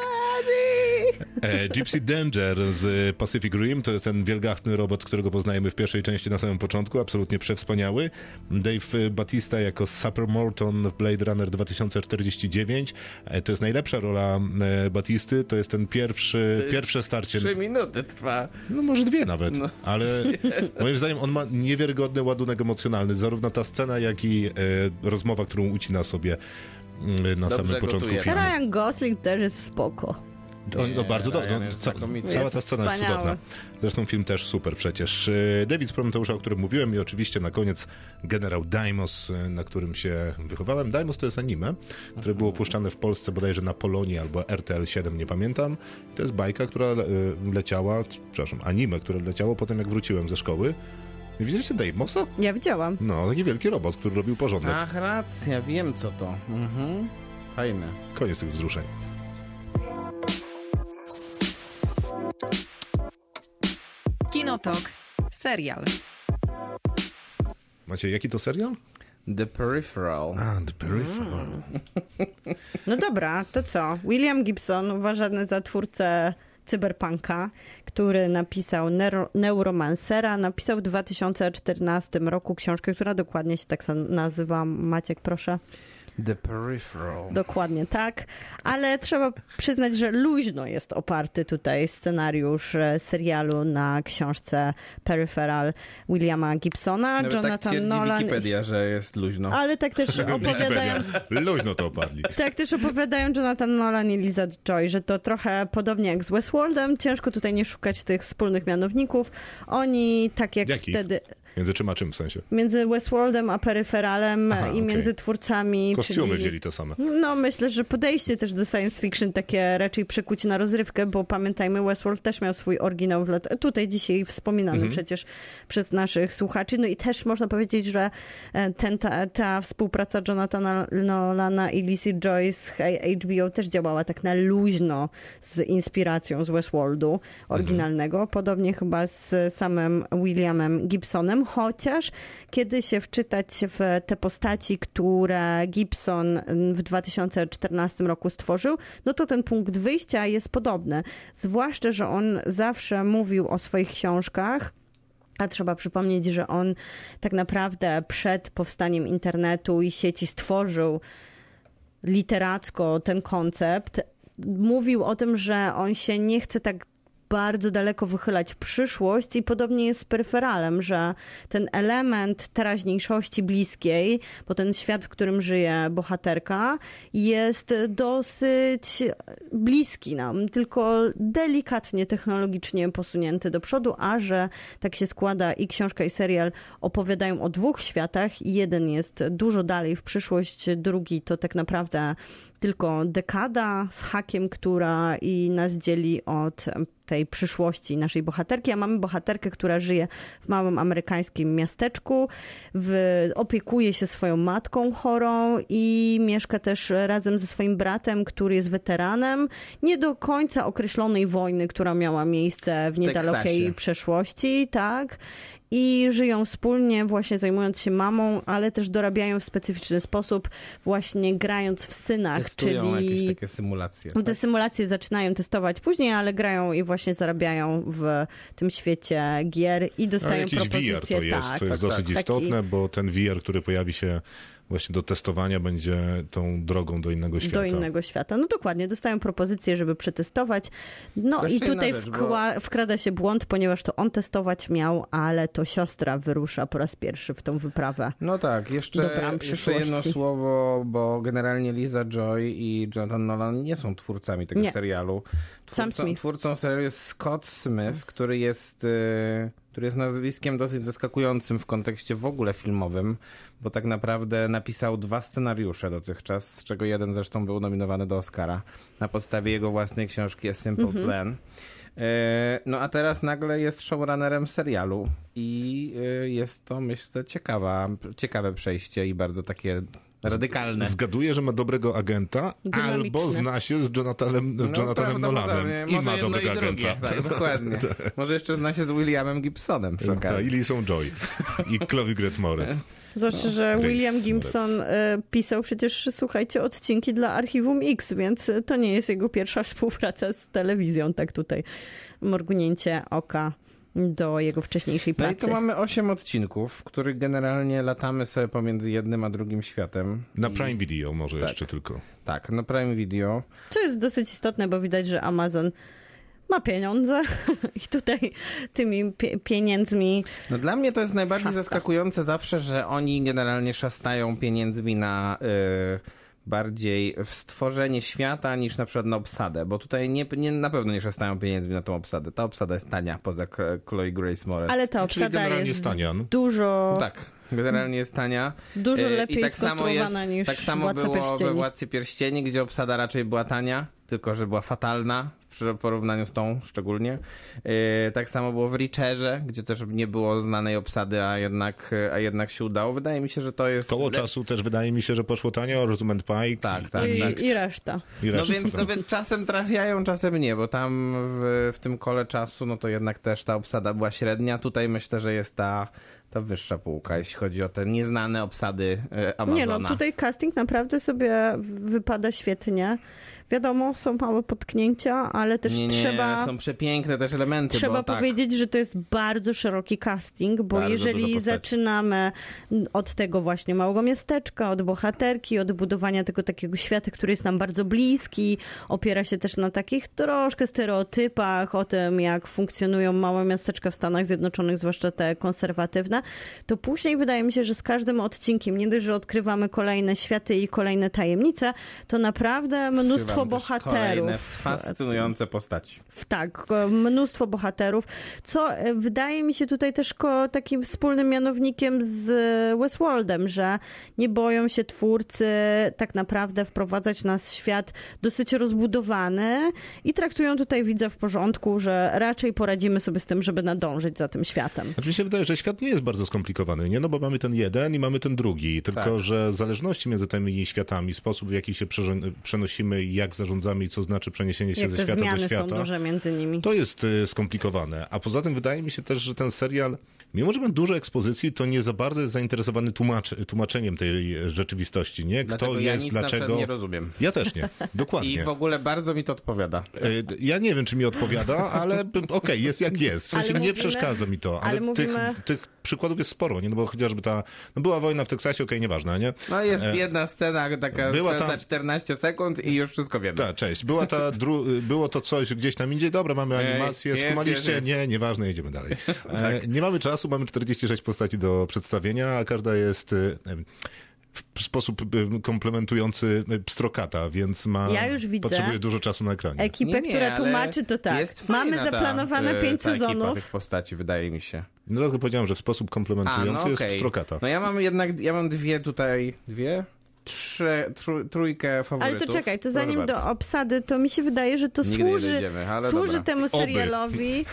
E, Gypsy Danger z Pacific Rim to jest ten wielgachny robot, którego poznajemy w pierwszej części na samym początku, absolutnie przewspaniały. Dave Bautista jako Super Morton w Blade Runner dwa tysiące czterdzieści dziewięć. E, to jest najlepsza rola e, Bautisty, to jest ten pierwszy, to jest pierwsze starcie. Trzy minuty trwa. No może dwie nawet, no. Ale moim zdaniem on ma niewiarygodny ładunek emocjonalny, zarówno ta scena, jak i e, rozmowa, którą ucina sobie e, na Dobrze samym początku gotuje. filmu. Ryan Gosling też jest spoko. No, no bardzo dobrze. No, ca- cała ta scena jest cudowna. Zresztą film też super przecież. David z Prometeusza, o którym mówiłem, i oczywiście na koniec Generał Daimos, na którym się wychowałem. Daimos to jest anime, które było puszczane w Polsce bodajże na Polonii albo R T L siedem, nie pamiętam. To jest bajka, która leciała, przepraszam, anime, które leciało po tym, jak wróciłem ze szkoły. Widzieliście Daimosa? Ja widziałam. No, taki wielki robot, który robił porządek. Ach, racja, wiem co to. Mhm. Fajne. Koniec tych wzruszeń. Kinotok. Serial. Macie, jaki to serial? The Peripheral. A, The Peripheral. No dobra, to co? William Gibson, uważany za twórcę cyberpunka, który napisał Nero- Neuromancera, napisał w dwa tysiące czternastym roku książkę, która dokładnie się tak nazywa. Maciek, proszę. The Peripheral. Dokładnie tak, ale trzeba przyznać, że luźno jest oparty tutaj scenariusz serialu na książce Peripheral Williama Gibsona. Nawet Jonathan tak twierdzi Nolan. Wikipedia, że jest luźno. Ale tak też opowiadają... Luźno to opadli. Tak też opowiadają Jonathan Nolan i Liza Joy, że to trochę podobnie jak z Westworldem. Ciężko tutaj nie szukać tych wspólnych mianowników. Oni, tak jak Jakich? wtedy... Między czym a czym w sensie? Między Westworldem a Peryferalem Aha, i okej. między twórcami. Kostiumy czyli... wzięli te same. No myślę, że podejście też do science fiction takie raczej przekuć na rozrywkę, bo pamiętajmy, Westworld też miał swój oryginał w lat... tutaj dzisiaj wspominany Mhm. przecież przez naszych słuchaczy. No i też można powiedzieć, że ten, ta, ta współpraca Jonathana Nolana i Lizzie Joy z H B O też działała tak na luźno z inspiracją z Westworldu oryginalnego. Mhm. Podobnie chyba z samym Williamem Gibsonem, chociaż kiedy się wczytać w te postaci, które Gibson w dwa tysiące czternastym roku stworzył, no to ten punkt wyjścia jest podobny. Zwłaszcza, że on zawsze mówił o swoich książkach, a trzeba przypomnieć, że on tak naprawdę przed powstaniem internetu i sieci stworzył literacko ten koncept. Mówił o tym, że on się nie chce tak bardzo daleko wychylać w przyszłość i podobnie jest z Peryferalem, że ten element teraźniejszości bliskiej, bo ten świat, w którym żyje bohaterka, jest dosyć bliski nam, tylko delikatnie technologicznie posunięty do przodu, a że tak się składa i książka i serial opowiadają o dwóch światach. Jeden jest dużo dalej w przyszłość, drugi to tak naprawdę tylko dekada z hakiem, która i nas dzieli od tej przyszłości naszej bohaterki, a mamy bohaterkę, która żyje w małym amerykańskim miasteczku, w, opiekuje się swoją matką chorą i mieszka też razem ze swoim bratem, który jest weteranem nie do końca określonej wojny, która miała miejsce w niedalekiej Teksasie. przeszłości, tak? I żyją wspólnie, właśnie zajmując się mamą, ale też dorabiają w specyficzny sposób, właśnie grając w synach, Testują czyli jakieś takie symulacje. te Tak? symulacje zaczynają testować później, ale grają i właśnie zarabiają w tym świecie gier i A dostają jakiś V R propozycje. to jest, tak, to jest tak, dosyć tak. istotne, Taki- bo ten V R, który pojawi się właśnie do testowania, będzie tą drogą do innego świata. do innego świata. No dokładnie, dostają propozycję, żeby przetestować. No To i jeszcze tutaj inna rzecz, wkła- wkrada się błąd, ponieważ to on testować miał, ale to siostra wyrusza po raz pierwszy w tą wyprawę. No tak, jeszcze, do bram jeszcze przyszłości. jedno słowo, bo generalnie Liza Joy i Jonathan Nolan nie są twórcami tego Nie. serialu. Sam Twórcą, Smith. twórcą serialu jest Scott Smith, który jest, y, który jest nazwiskiem dosyć zaskakującym w kontekście w ogóle filmowym, bo tak naprawdę napisał dwa scenariusze dotychczas, z czego jeden zresztą był nominowany do Oscara na podstawie jego własnej książki A Simple Mhm. Plan. No a teraz nagle jest showrunnerem serialu i jest to, myślę, ciekawa, ciekawe przejście i bardzo takie radykalne. Zgaduję, że ma dobrego agenta, Dynamiczne. albo zna się z Jonathanem, z No, Jonathanem Nolanem prawdopodobnie. i Może ma jedno dobrego i drugie. agenta. Tak, dokładnie. Może jeszcze zna się z Williamem Gibsonem przy Ta, okazji. I Lizą Joy. I Chloe Grace Moretz. Zwłaszcza, że Grace William Moretz. Gibson y, pisał przecież, słuchajcie, odcinki dla Archiwum X, więc to nie jest jego pierwsza współpraca z telewizją, tak tutaj mrugnięcie oka do jego wcześniejszej No i pracy. tu mamy osiem odcinków, w których generalnie latamy sobie pomiędzy jednym a drugim światem. Na I- Prime Video może Tak. jeszcze tylko. Tak, na Prime Video. Co jest dosyć istotne, bo widać, że Amazon ma pieniądze i tutaj tymi pie- pieniędzmi No dla mnie to jest najbardziej Szasta. zaskakujące zawsze, że oni generalnie szastają pieniędzmi na y, bardziej w stworzenie świata niż na przykład na obsadę, bo tutaj nie, nie, na pewno nie szastają pieniędzmi na tą obsadę. Ta obsada jest tania, poza Chloe Grace Moretz. ale ta Czyli obsada generalnie jest Stanian. dużo, Tak, generalnie jest tania. dużo Y, lepiej I tak samo jest, skonstruowana niż tak samo Władca było Pierścieni. we Władcy Pierścieni, gdzie obsada raczej była tania, tylko że była fatalna w porównaniu z tą szczególnie. Yy, tak samo było w Reacherze, gdzie też nie było znanej obsady, a jednak, a jednak się udało. Wydaje mi się, że to jest... Koło le- czasu też wydaje mi się, że poszło tanio, Rosamund Pike. Tak, tak, i, tak. I, I reszta. i No reszta. więc, no więc czasem trafiają, czasem nie, bo tam w, w tym kole czasu, no to jednak też ta obsada była średnia. Tutaj myślę, że jest ta, ta wyższa półka, jeśli chodzi o te nieznane obsady e, Amazona. Nie no, tutaj casting naprawdę sobie wypada świetnie. Wiadomo, są małe potknięcia, ale też nie, nie, trzeba... są przepiękne też elementy, Trzeba bo tak, powiedzieć, że to jest bardzo szeroki casting, bo Bardzo dużo jeżeli postaci. zaczynamy od tego właśnie małego miasteczka, od bohaterki, od budowania tego takiego świata, który jest nam bardzo bliski, opiera się też na takich troszkę stereotypach o tym, jak funkcjonują małe miasteczka w Stanach Zjednoczonych, zwłaszcza te konserwatywne, to później wydaje mi się, że z każdym odcinkiem, nie dość, że odkrywamy kolejne światy i kolejne tajemnice, to naprawdę mnóstwo bohaterów. Kolejne fascynujące postaci. Tak, mnóstwo bohaterów, co wydaje mi się tutaj też takim wspólnym mianownikiem z Westworldem, że nie boją się twórcy tak naprawdę wprowadzać nas w świat dosyć rozbudowany i traktują tutaj widza w porządku, że raczej poradzimy sobie z tym, żeby nadążyć za tym światem. Znaczy mi się wydaje, że świat nie jest bardzo skomplikowany, nie? No bo mamy ten jeden i mamy ten drugi, tylko tak. że zależności między tymi światami, sposób w jaki się przenosimy, jak zarządzamy i co znaczy przeniesienie się jak ze te świata do zmiany świata. Są duże między nimi. To jest skomplikowane. A poza tym wydaje mi się też, że ten serial, mimo że ma dużo ekspozycji, to nie za bardzo jest zainteresowany tłumacz, tłumaczeniem tej rzeczywistości, nie? Kto dlatego ja jest, nic dlaczego. nie rozumiem. Ja też nie, dokładnie. I w ogóle bardzo mi to odpowiada. Ja nie wiem, czy mi odpowiada, ale okej, okay, jest jak jest. W sensie ale nie mówimy, przeszkadza mi to, ale, ale mówimy... tych, tych przykładów jest sporo, nie? No bo chociażby ta, no była wojna w Teksasie, okej, okay, nieważne, nie? No jest e... jedna scena, taka była ta... za czternaście sekund i już wszystko wiemy. Tak, cześć. Była ta dru... Było to coś gdzieś tam indziej, dobra, mamy animację, jest, skumaliście, jest, jest. nie, nieważne, jedziemy dalej. E, nie mamy czasu, mamy czterdzieści sześć postaci do przedstawienia, a każda jest... E, w sposób komplementujący pstrokata, więc ma, ja już widzę potrzebuje dużo czasu na ekranie. Ekipę, nie, nie, która tłumaczy to tak. Mamy zaplanowane ta, pięć ta sezonów. tych postaci, wydaje mi się. No dlatego powiedziałem, że w sposób komplementujący A, no okay. jest pstrokata. No ja mam jednak, ja mam dwie tutaj, dwie? Trzy, trój, trójkę faworytów. Ale to czekaj, to zanim do obsady, to mi się wydaje, że to Nigdy służy, dojdziemy, służy dobra. temu serialowi,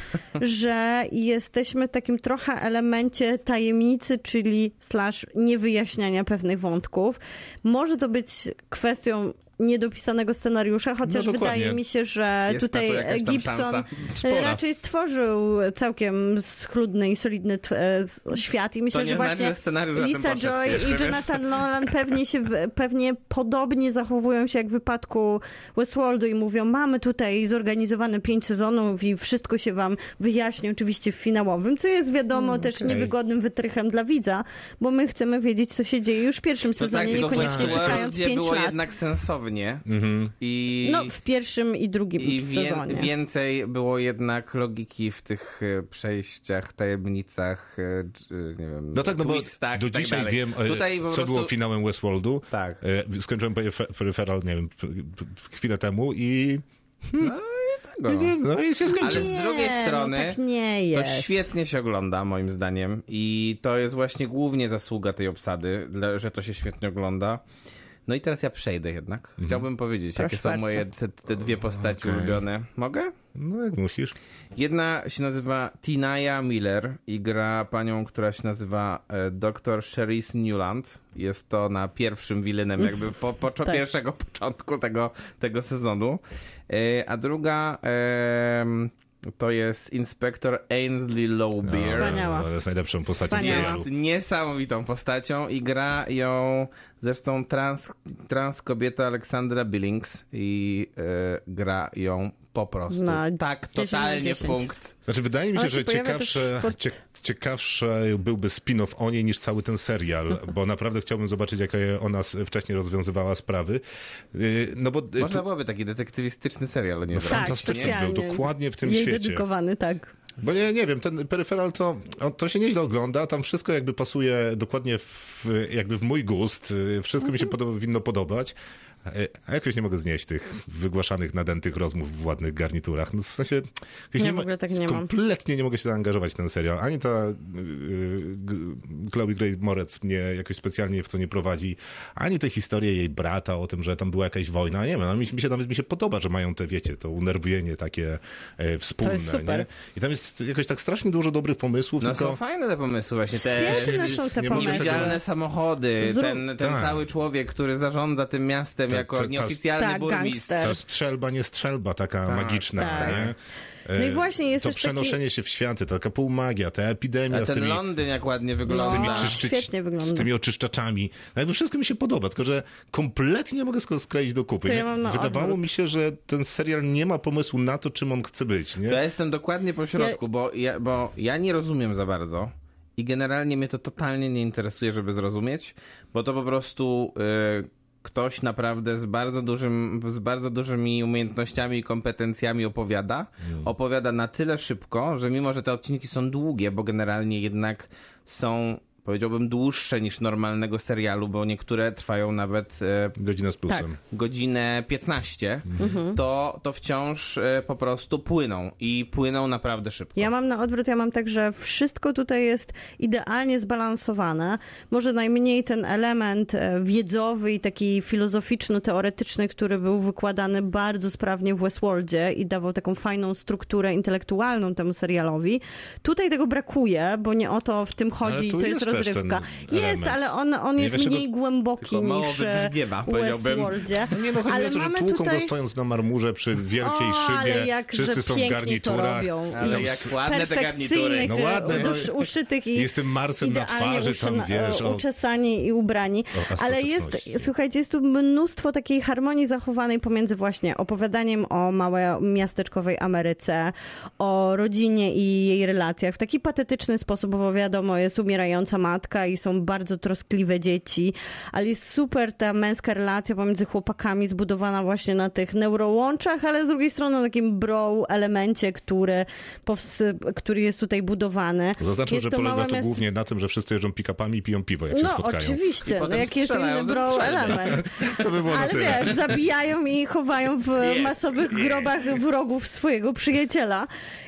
że jesteśmy w takim trochę elemencie tajemnicy, czyli slash niewyjaśniania pewnych wątków. Może to być kwestią niedopisanego scenariusza, chociaż no wydaje mi się, że jest tutaj Gibson raczej stworzył całkiem schludny i solidny świat i myślę, to nie że znaczy, właśnie że scenariusz Lisa Joy jeszcze, i Jonathan Nolan pewnie się pewnie podobnie zachowują się jak w wypadku Westworldu i mówią, mamy tutaj zorganizowane pięć sezonów i wszystko się wam wyjaśni oczywiście w finałowym, co jest wiadomo hmm, też okay. niewygodnym wytrychem dla widza, bo my chcemy wiedzieć, co się dzieje już w pierwszym sezonie, tak, niekoniecznie czekając pięć było lat. jednak sensownie. Mm-hmm. I, no w pierwszym i drugim i wie, sezonie. Więcej było jednak logiki w tych przejściach, tajemnicach, nie wiem, no tak, no twistach, bo do tak dzisiaj dalej. wiem, Tutaj co prostu... było finałem Westworldu. Tak. Skończyłem Peripheral, nie wiem, chwilę temu i... Hmm. No, no i się skończy. Ale z drugiej nie, strony no tak nie jest. To świetnie się ogląda, moim zdaniem. I to jest właśnie głównie zasługa tej obsady, że to się świetnie ogląda. No i teraz ja przejdę jednak. Chciałbym mm. powiedzieć, Proszę jakie są bardzo. moje te, te dwie postaci okay. ulubione. Mogę? No jak musisz. Jedna się nazywa Tinaya Miller i gra panią, która się nazywa e, doktor Cherise Newland. Jest to na pierwszym wilenem, jakby po, po tak. pierwszego początku tego, tego sezonu. E, a druga... E, to jest inspektor Ainsley Lowbeer. Wspaniała. To jest najlepszą postacią Wspaniała. serialu. Jest niesamowitą postacią i gra ją zresztą trans, trans kobieta Aleksandra Billings i y, gra ją po prostu no, tak totalnie w punkt. Znaczy wydaje mi się, Ona że się ciekawsze, pod... cie, ciekawsze byłby spin-off o niej niż cały ten serial, bo naprawdę chciałbym zobaczyć, jak ona wcześniej rozwiązywała sprawy. No bo można byłoby taki detektywistyczny serial o niej no, zrobić. Fantastyczny tak, był, dokładnie w tym jej świecie. dedykowany, tak. Bo nie, nie wiem, ten Peripheral to, to się nieźle ogląda, tam wszystko jakby pasuje dokładnie w, jakby w mój gust, wszystko mi się podoba, winno podobać, a jakoś nie mogę znieść tych wygłaszanych, nadętych rozmów w ładnych garniturach. No w sensie, nie, nie w ogóle tak nie kompletnie mam. nie mogę się zaangażować w ten serial. Ani ta y, Chloe Grace Moretz mnie jakoś specjalnie w to nie prowadzi, ani te historie jej brata o tym, że tam była jakaś wojna. Nie wiem, no, mi, mi się nawet mi się podoba, że mają te, wiecie, to unerwienie takie e, wspólne. To jest super. Nie? I tam jest jakoś tak strasznie dużo dobrych pomysłów. No tylko... są fajne te pomysły właśnie. Te Świetne są te pomysły. niewidzialne samochody, Zrób... ten, ten tak. cały człowiek, który zarządza tym miastem Ta, jako ta, ta, nieoficjalny tak, burmistrz. Ta strzelba, nie strzelba, taka tak, magiczna, tak. nie? No i właśnie jest to też przenoszenie taki... się w światy, to taka półmagia, ta epidemia A ten z tymi... Londyn jak ładnie wygląda. Z tymi, No, czyszczy, świetnie wygląda. z tymi oczyszczaczami. No jakby wszystko mi się podoba, tylko że kompletnie nie mogę skleić do kupy. To Nie? ja mam na Wydawało odwrót. mi się, że ten serial nie ma pomysłu na to, czym on chce być. Nie? Ja jestem dokładnie po środku, ja... Bo, ja, bo ja nie rozumiem za bardzo i generalnie mnie to totalnie nie interesuje, żeby zrozumieć, bo to po prostu... Yy, ktoś naprawdę z bardzo, dużym, z bardzo dużymi umiejętnościami i kompetencjami opowiada. Mm. Opowiada na tyle szybko, że mimo, że te odcinki są długie, bo generalnie jednak są, powiedziałbym, dłuższe niż normalnego serialu, bo niektóre trwają nawet e, godzinę z plusem. Tak. godzinę piętnaście, Mhm. to, to wciąż e, po prostu płyną i płyną naprawdę szybko. Ja mam na odwrót, ja mam tak, że wszystko tutaj jest idealnie zbalansowane. Może najmniej ten element e, wiedzowy i taki filozoficzno-teoretyczny, który był wykładany bardzo sprawnie w Westworldzie i dawał taką fajną strukturę intelektualną temu serialowi. Tutaj tego brakuje, bo nie o to w tym chodzi, tu to jest jest też rozrywka. ten Jest, element. ale on, on Nie jest wiesz, mniej czego- głęboki Tylko mało niż e, wybrzmiewa, w powiedziałbym. Westworldzie. Nie no, chodzi ale o to, że mamy tłuką tutaj... go stojąc na marmurze przy wielkiej O, szybie. ale jak, Wszyscy że są w pięknie to garniturach. robią. Ale I jak ładne te garnitury. perfekcyjnych, No ładne, no. usz, uszytych i Jest tym Marsem na idealnie twarzy, tam uszyna- wiesz. O, uczesani i ubrani. O Ale jest, estetyczności. słuchajcie, jest tu mnóstwo takiej harmonii zachowanej pomiędzy właśnie opowiadaniem o małej miasteczkowej Ameryce, o rodzinie i jej relacjach w taki patetyczny sposób, bo wiadomo, jest umierająca matka i są bardzo troskliwe dzieci, ale jest super ta męska relacja pomiędzy chłopakami zbudowana właśnie na tych neurołączach, ale z drugiej strony na takim bro elemencie, który, pows- który jest tutaj budowany. Zaznaczmy, Jest że to polega małe to miasto- głównie na tym, że wszyscy jeżdżą pick-upami i piją piwo, jak się No spotkają. oczywiście, I no potem jaki jest strzelają inny ze bro strzelby. element. To by było na Ale tyle. wiesz, zabijają i chowają w Jest. masowych grobach wrogów swojego przyjaciela.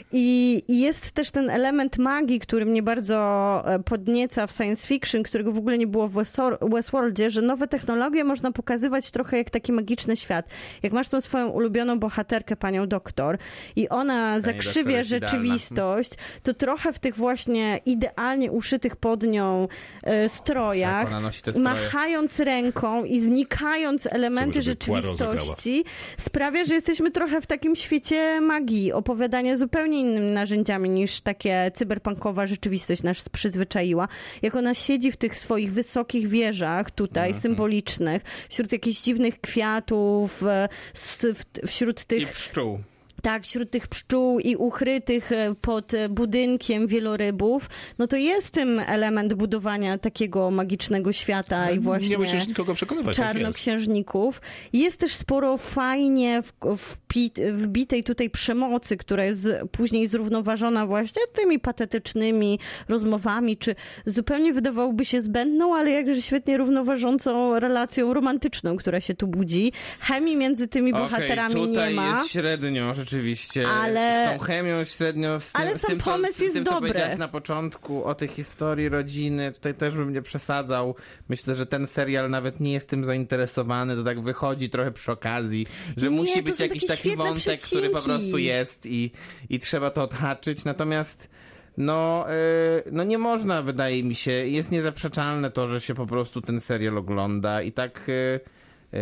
I, I jest też ten element magii, który mnie bardzo e, podnieca w science fiction, którego w ogóle nie było w Westwor- Westworldzie, że nowe technologie można pokazywać trochę jak taki magiczny świat. Jak masz tą swoją ulubioną bohaterkę, panią doktor, i ona doktor zakrzywia jest idealna. rzeczywistość, to trochę w tych właśnie idealnie uszytych pod nią e, strojach, Jak ona nosi te stroje. machając ręką i znikając elementy Chciałbym, żeby Poirot rzeczywistości, sprawia, że jesteśmy trochę w takim świecie magii, opowiadania zupełnie innymi narzędziami niż takie cyberpunkowa rzeczywistość nas przyzwyczaiła. Jak ona siedzi w tych swoich wysokich wieżach tutaj, Mm-hmm. symbolicznych, wśród jakichś dziwnych kwiatów, e, s- w- wśród I tych... pszczół. Tak, wśród tych pszczół i ukrytych e, pod e, budynkiem wielorybów, no to jest tym element budowania takiego magicznego świata i właśnie Nie musisz nikogo przekonywać, tak jest. czarnoksiężników. Jest też sporo fajnie w, wpi- wbitej tutaj przemocy, która jest później zrównoważona właśnie tymi patetycznymi rozmowami, czy zupełnie wydawałoby się zbędną, ale jakże świetnie równoważącą relacją romantyczną, która się tu budzi. Chemii między tymi bohaterami Okej, tutaj nie ma. jest średnio rzeczywiście. Ale- Z tą chemią średnio, z tym, Ale z sam tym, co, pomysł z jest tym, co dobry. powiedziałeś na początku o tej historii rodziny. Tutaj też bym nie przesadzał. Myślę, że ten serial nawet nie jest tym zainteresowany. To tak wychodzi trochę przy okazji, że Nie, musi to być są jakiś takie taki świetne wątek, który po przecinki. prostu jest i, i trzeba to odhaczyć. Natomiast no, yy, no nie można, wydaje mi się, jest niezaprzeczalne to, że się po prostu ten serial ogląda i tak yy, yy,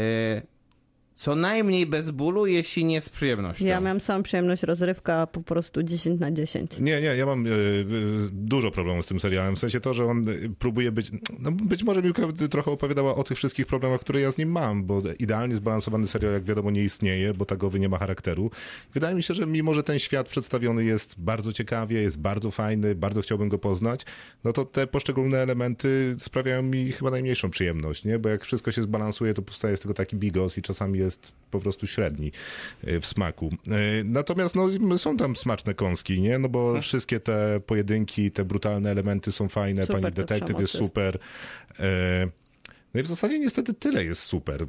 co najmniej bez bólu, jeśli nie z przyjemnością. Ja miałam samą przyjemność, rozrywka po prostu dziesięć na dziesięć. Nie, nie, ja mam e, e, dużo problemów z tym serialem, w sensie to, że on e, próbuje być, no być może Miłka trochę opowiadała o tych wszystkich problemach, które ja z nim mam, bo idealnie zbalansowany serial, jak wiadomo, nie istnieje, bo takowy nie ma charakteru. Wydaje mi się, że mimo, że ten świat przedstawiony jest bardzo ciekawie, jest bardzo fajny, bardzo chciałbym go poznać, no to te poszczególne elementy sprawiają mi chyba najmniejszą przyjemność, nie? Bo jak wszystko się zbalansuje, to powstaje z tego taki bigos i czasami jest po prostu średni w smaku. Natomiast no, są tam smaczne kąski, nie? No bo hmm. wszystkie te pojedynki, te brutalne elementy są fajne, Super, pani to detektyw jest przemoc super. No i w zasadzie niestety tyle jest super.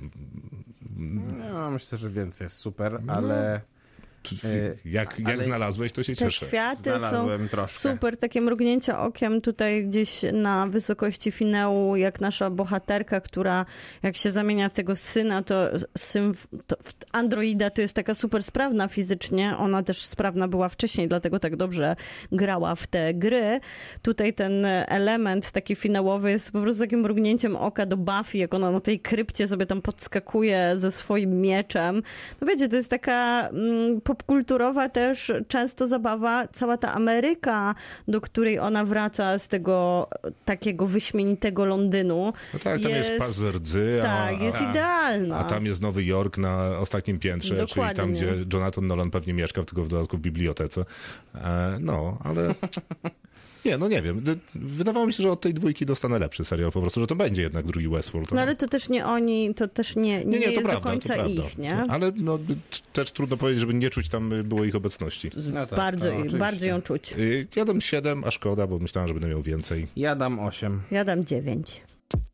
No, myślę, że więcej jest super, ale... Jak, jak ale znalazłeś, to się Te cieszę. światy są Znalazłem troszkę. super, takie mrugnięcie okiem tutaj gdzieś na wysokości finału, jak nasza bohaterka, która jak się zamienia w tego syna, to, syn, to androida to jest taka super sprawna fizycznie, ona też sprawna była wcześniej, dlatego tak dobrze grała w te gry. Tutaj ten element taki finałowy jest po prostu takim mrugnięciem oka do Buffy, jak ona na tej krypcie sobie tam podskakuje ze swoim mieczem. No wiecie, to jest taka mm, popkulturowa też często zabawa, cała ta Ameryka, do której ona wraca z tego takiego wyśmienitego Londynu. No tak, tam jest, jest pas z rdzy, tak, a, jest a, idealna. A tam jest Nowy Jork na ostatnim piętrze, Dokładnie. czyli tam, gdzie Jonathan Nolan pewnie mieszkał, tylko w dodatku w bibliotece. E, no, ale... Nie, no nie wiem. Wydawało mi się, że od tej dwójki dostanę lepszy serial po prostu, że to będzie jednak drugi Westworld. No ale to też nie oni, to też nie, nie, nie, nie to jest prawda, do końca to ich, nie? Ale no, też trudno powiedzieć, żeby nie czuć tam było ich obecności. No tak, bardzo, no, oczywiście. bardzo ją czuć. Y, Ja dam siedem, a szkoda, bo myślałem, że będę miał więcej. Ja dam osiem. Ja dam dziewięć.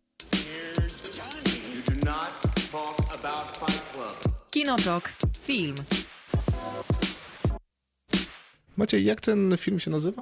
Kinotok. Film. Maciej, jak ten film się nazywa?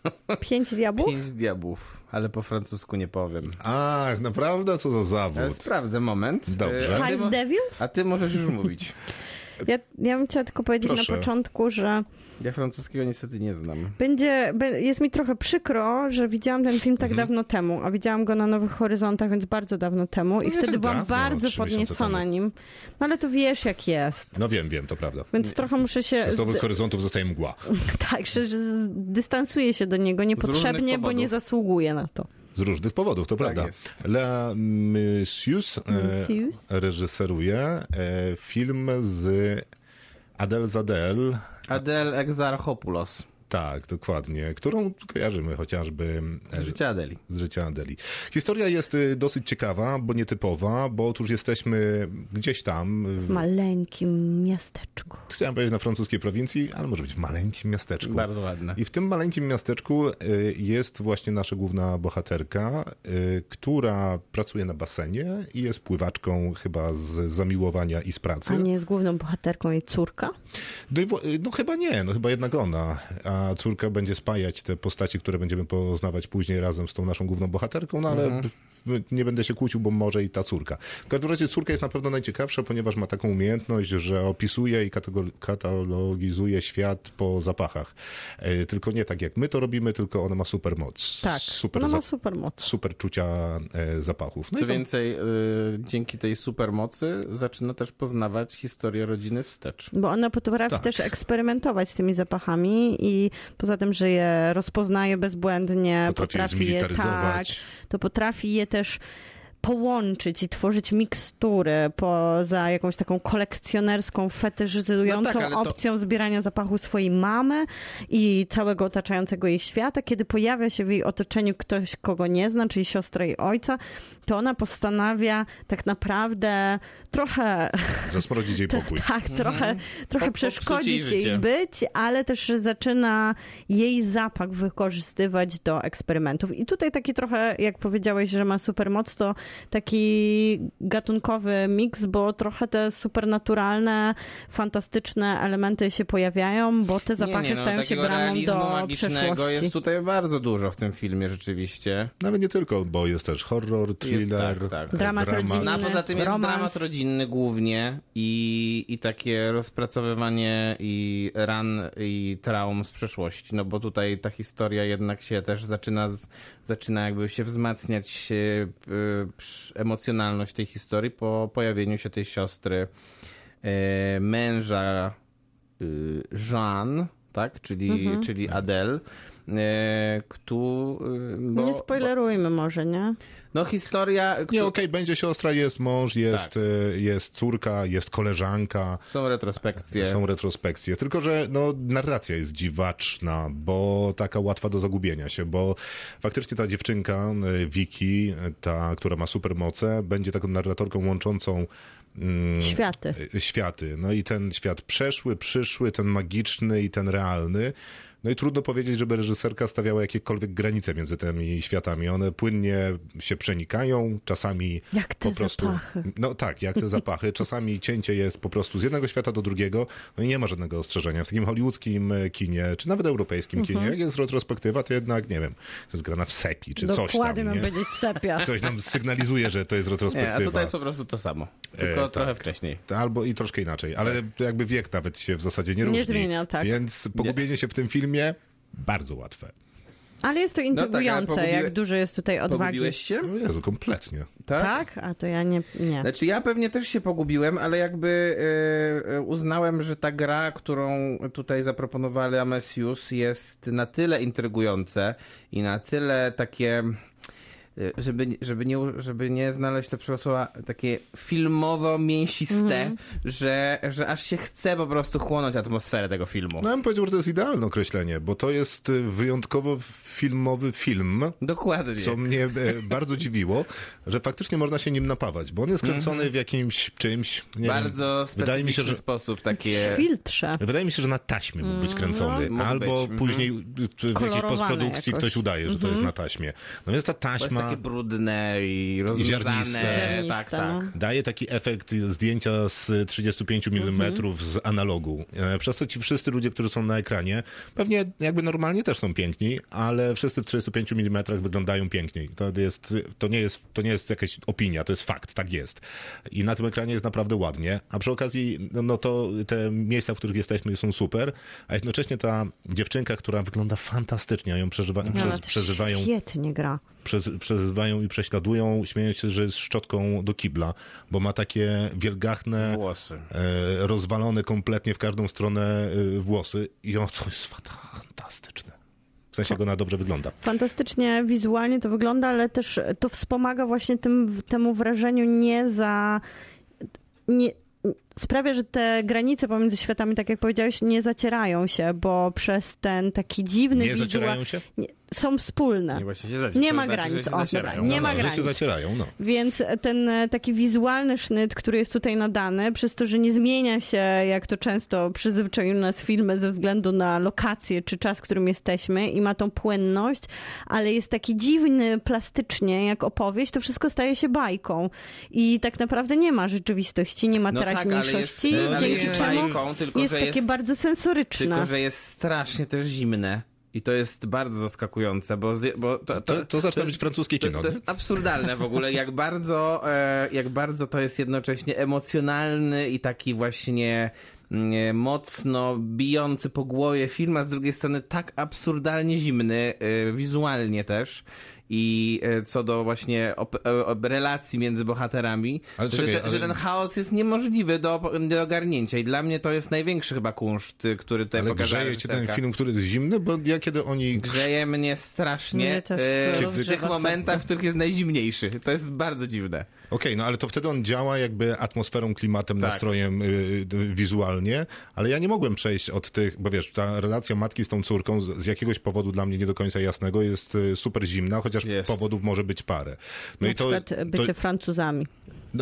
Pięć diabłów? Pięć diabłów, ale po francusku nie powiem. Ach, naprawdę? Co za zawód. Ale sprawdzę moment. Dobrze. E, a ty Five mo- Devils? A ty możesz już mówić. Ja, ja bym chciała tylko powiedzieć Proszę. na początku, że Ja francuskiego niestety nie znam. będzie, be- jest mi trochę przykro, że widziałam ten film tak Mhm. dawno temu, a widziałam go na Nowych Horyzontach, więc bardzo dawno temu i nie wtedy tak byłam dawno, bardzo trzy miesiące podniecona temu. nim. No ale to wiesz jak jest. No wiem, wiem, to prawda. Więc trochę muszę się... Z nowych zdy- horyzontów zostaje mgła. tak, że, że dystansuję się do niego niepotrzebnie, bo nie powodów. zasługuję na to. Z różnych powodów, to Tak prawda. jest. Lea Mysius e, Mysius? reżyseruje e, film z Adel Zadel. Adel Exarchopoulos. Tak, dokładnie. Którą kojarzymy chociażby e, Z życia Adeli. z życia Adeli. Historia jest y, dosyć ciekawa, bo nietypowa, bo otóż jesteśmy gdzieś tam, W w, maleńkim miasteczku. chciałem powiedzieć na francuskiej prowincji, ale może być w maleńkim miasteczku. Bardzo ładne. I w tym maleńkim miasteczku y, jest właśnie nasza główna bohaterka, y, która pracuje na basenie i jest pływaczką chyba z zamiłowania i z pracy. A nie jest główną bohaterką jej córka? No, i, wo- no chyba nie, no chyba jednak ona. A córka będzie spajać te postaci, które będziemy poznawać później razem z tą naszą główną bohaterką, no ale Mhm. nie będę się kłócił, bo może i ta córka. W każdym razie córka jest na pewno najciekawsza, ponieważ ma taką umiejętność, że opisuje i katego- katalogizuje świat po zapachach. E, tylko nie tak jak my to robimy, tylko ona ma super moc. Tak, Super, ona ma za- super moc. super czucia e, zapachów. No Co i to- więcej, y, dzięki tej supermocy zaczyna też poznawać historię rodziny wstecz. Bo ona potrafi Tak. też eksperymentować z tymi zapachami i poza tym, że je rozpoznaje bezbłędnie, Potrafi je potrafi je tak, zmilitaryzować. to potrafi je też połączyć i tworzyć mikstury poza jakąś taką kolekcjonerską, fetyszyzującą No tak, ale to- opcją zbierania zapachu swojej mamy i całego otaczającego jej świata. Kiedy pojawia się w jej otoczeniu ktoś, kogo nie zna, czyli siostra jej ojca, to ona postanawia tak naprawdę trochę Zasmrodzić jej tak, pokój. tak, trochę, trochę Po- popsuć jej przeszkodzić życie. jej być, ale też zaczyna jej zapach wykorzystywać do eksperymentów. I tutaj taki trochę, jak powiedziałeś, że ma supermoc, to taki gatunkowy miks, bo trochę te supernaturalne, fantastyczne elementy się pojawiają, bo te zapachy nie, nie, no, stają się takiego bramą realizmu do magicznego przeszłości. jest tutaj bardzo dużo w tym filmie rzeczywiście. No ale nie tylko, bo jest też horror, thriller, tak, tak. Dramat rodzinny. No, a poza tym jest romans. dramat rodzinny głównie i, i takie rozpracowywanie i ran i traum z przeszłości, no bo tutaj ta historia jednak się też zaczyna, z, zaczyna jakby się wzmacniać y, przy- emocjonalność tej historii po pojawieniu się tej siostry y, męża y, Jean, tak, czyli, czyli Adele, y, kto, y, bo, Nie spoilerujmy może, nie? no historia... Nie, okej, będzie siostra, jest mąż, jest, Tak. e, jest córka, jest koleżanka, Są retrospekcje. są retrospekcje. Tylko, że no, narracja jest dziwaczna, bo taka łatwa do zagubienia się, bo faktycznie ta dziewczynka, e, Vicky, e, ta, która ma supermoce, będzie taką narratorką łączącą mm, Światy. e, światy. No i ten świat przeszły, przyszły, ten magiczny i ten realny. No i trudno powiedzieć, żeby reżyserka stawiała jakiekolwiek granice między tymi światami. One płynnie się przenikają, czasami Jak te po prostu... zapachy. No tak, jak te zapachy. Czasami cięcie jest po prostu z jednego świata do drugiego, no i nie ma żadnego ostrzeżenia. W takim hollywoodzkim kinie, czy nawet europejskim kinie, jak jest retrospektywa, to jednak, nie wiem, jest grana w sepi, czy coś Dokładnie tam, mam nie? powiedzieć sepia. Ktoś nam sygnalizuje, że to jest Nie, retrospektywa. a tutaj jest po prostu to samo. Tylko E, trochę tak. wcześniej. Albo i troszkę inaczej, ale jakby wiek nawet się w zasadzie nie różni. zmienia, tak. Więc pogubienie się w tym filmie bardzo łatwe. Ale jest to intrygujące, pogubiłe- jak dużo jest tutaj odwagi. Pogubiłeś się? No Jezu, kompletnie. Tak? A to ja nie. nie. Znaczy ja pewnie też się pogubiłem, ale jakby e, e, uznałem, że ta gra, którą tutaj zaproponowali Amesius jest na tyle intrygujące i na tyle takie żeby, żeby, nie, żeby nie znaleźć lepszego słowa, takie filmowo-mięsiste, mm. że, że aż się chce po prostu chłonąć atmosferę tego filmu. No ja bym powiedział, że to jest idealne określenie, bo to jest wyjątkowo filmowy film. Dokładnie. Co mnie bardzo dziwiło, że faktycznie można się nim napawać, bo on jest kręcony mm-hmm. w jakimś czymś, nie bardzo wiem, specyficzny wydaje mi się, że, sposób, takie... W filtrze. Wydaje mi się, że na taśmie mógł być kręcony, no, albo być. później w jakiejś postprodukcji jakoś. ktoś udaje, że to jest na taśmie. No więc ta taśma... takie brudne i rozwiązane. Ziarniste. Tak, tak. Daje taki efekt zdjęcia z trzydzieści pięć milimetrów z analogu. Przez co ci wszyscy ludzie, którzy są na ekranie, pewnie jakby normalnie też są piękni, ale wszyscy w trzydziestu pięciu milimetrach wyglądają piękniej. To jest, to nie jest, to nie jest jakaś opinia, to jest fakt, tak jest. I na tym ekranie jest naprawdę ładnie, a przy okazji, no to te miejsca, w których jesteśmy są super, a jednocześnie ta dziewczynka, która wygląda fantastycznie, a ją przeżywa, no, przez, przeżywają... Świetnie gra. Przez, przezywają i prześladują, śmieją się, że jest szczotką do kibla, bo ma takie wielgachne, włosy. E, rozwalone kompletnie w każdą stronę e, włosy i on coś jest fantastyczne. W sensie go na dobrze wygląda. Fantastycznie wizualnie to wygląda, ale też to wspomaga właśnie tym, temu wrażeniu nie za... Nie, sprawia, że te granice pomiędzy światami, tak jak powiedziałeś, nie zacierają się, bo przez ten taki dziwny Nie wizual... zacierają się? Nie, są wspólne. Nie, właśnie się zacierają. Nie ma znaczy, granic. że się O, zacierają. dobra, nie no, ma no, granic. Że się zacierają, no. Więc ten taki wizualny sznyt, który jest tutaj nadany, przez to, że nie zmienia się, jak to często przyzwyczają nas filmy ze względu na lokację czy czas, w którym jesteśmy i ma tą płynność, ale jest taki dziwny plastycznie, jak opowieść, to wszystko staje się bajką. I tak naprawdę nie ma rzeczywistości, nie ma No tak, teraźniejszości, ale jest, ale dzięki jest czemu bajką, tylko, jest że takie jest, bardzo sensoryczne. Tylko, że jest strasznie też zimne. I to jest bardzo zaskakujące, bo... Z, bo to, to, To, to zaczyna to, być francuskie kino. To, to jest absurdalne w ogóle, jak bardzo, e, jak bardzo to jest jednocześnie emocjonalny i taki właśnie e, mocno bijący po głowie film, a z drugiej strony tak absurdalnie zimny, e, wizualnie też. I co do właśnie op- op- relacji między bohaterami, ale że, czekaj, te, ale... że ten chaos jest niemożliwy do, do ogarnięcia i dla mnie to jest największy chyba kunszt, który tutaj Ale pokazała grzeje cię ten reżyserka. film, który jest zimny? Bo ja kiedy oni... Grzeje mnie strasznie Mnie też e, w rozgrzewa tych momentach, serce. w których jest najzimniejszy. To jest bardzo dziwne. Okej, okay, no ale to wtedy on działa jakby atmosferą, klimatem, Tak. nastrojem y, y, wizualnie, ale ja nie mogłem przejść od tych, bo wiesz, ta relacja matki z tą córką z, z jakiegoś powodu dla mnie nie do końca jasnego jest y, super zimna, chociaż Jest. powodów może być parę. No Na i to, przykład bycie to, Francuzami. no,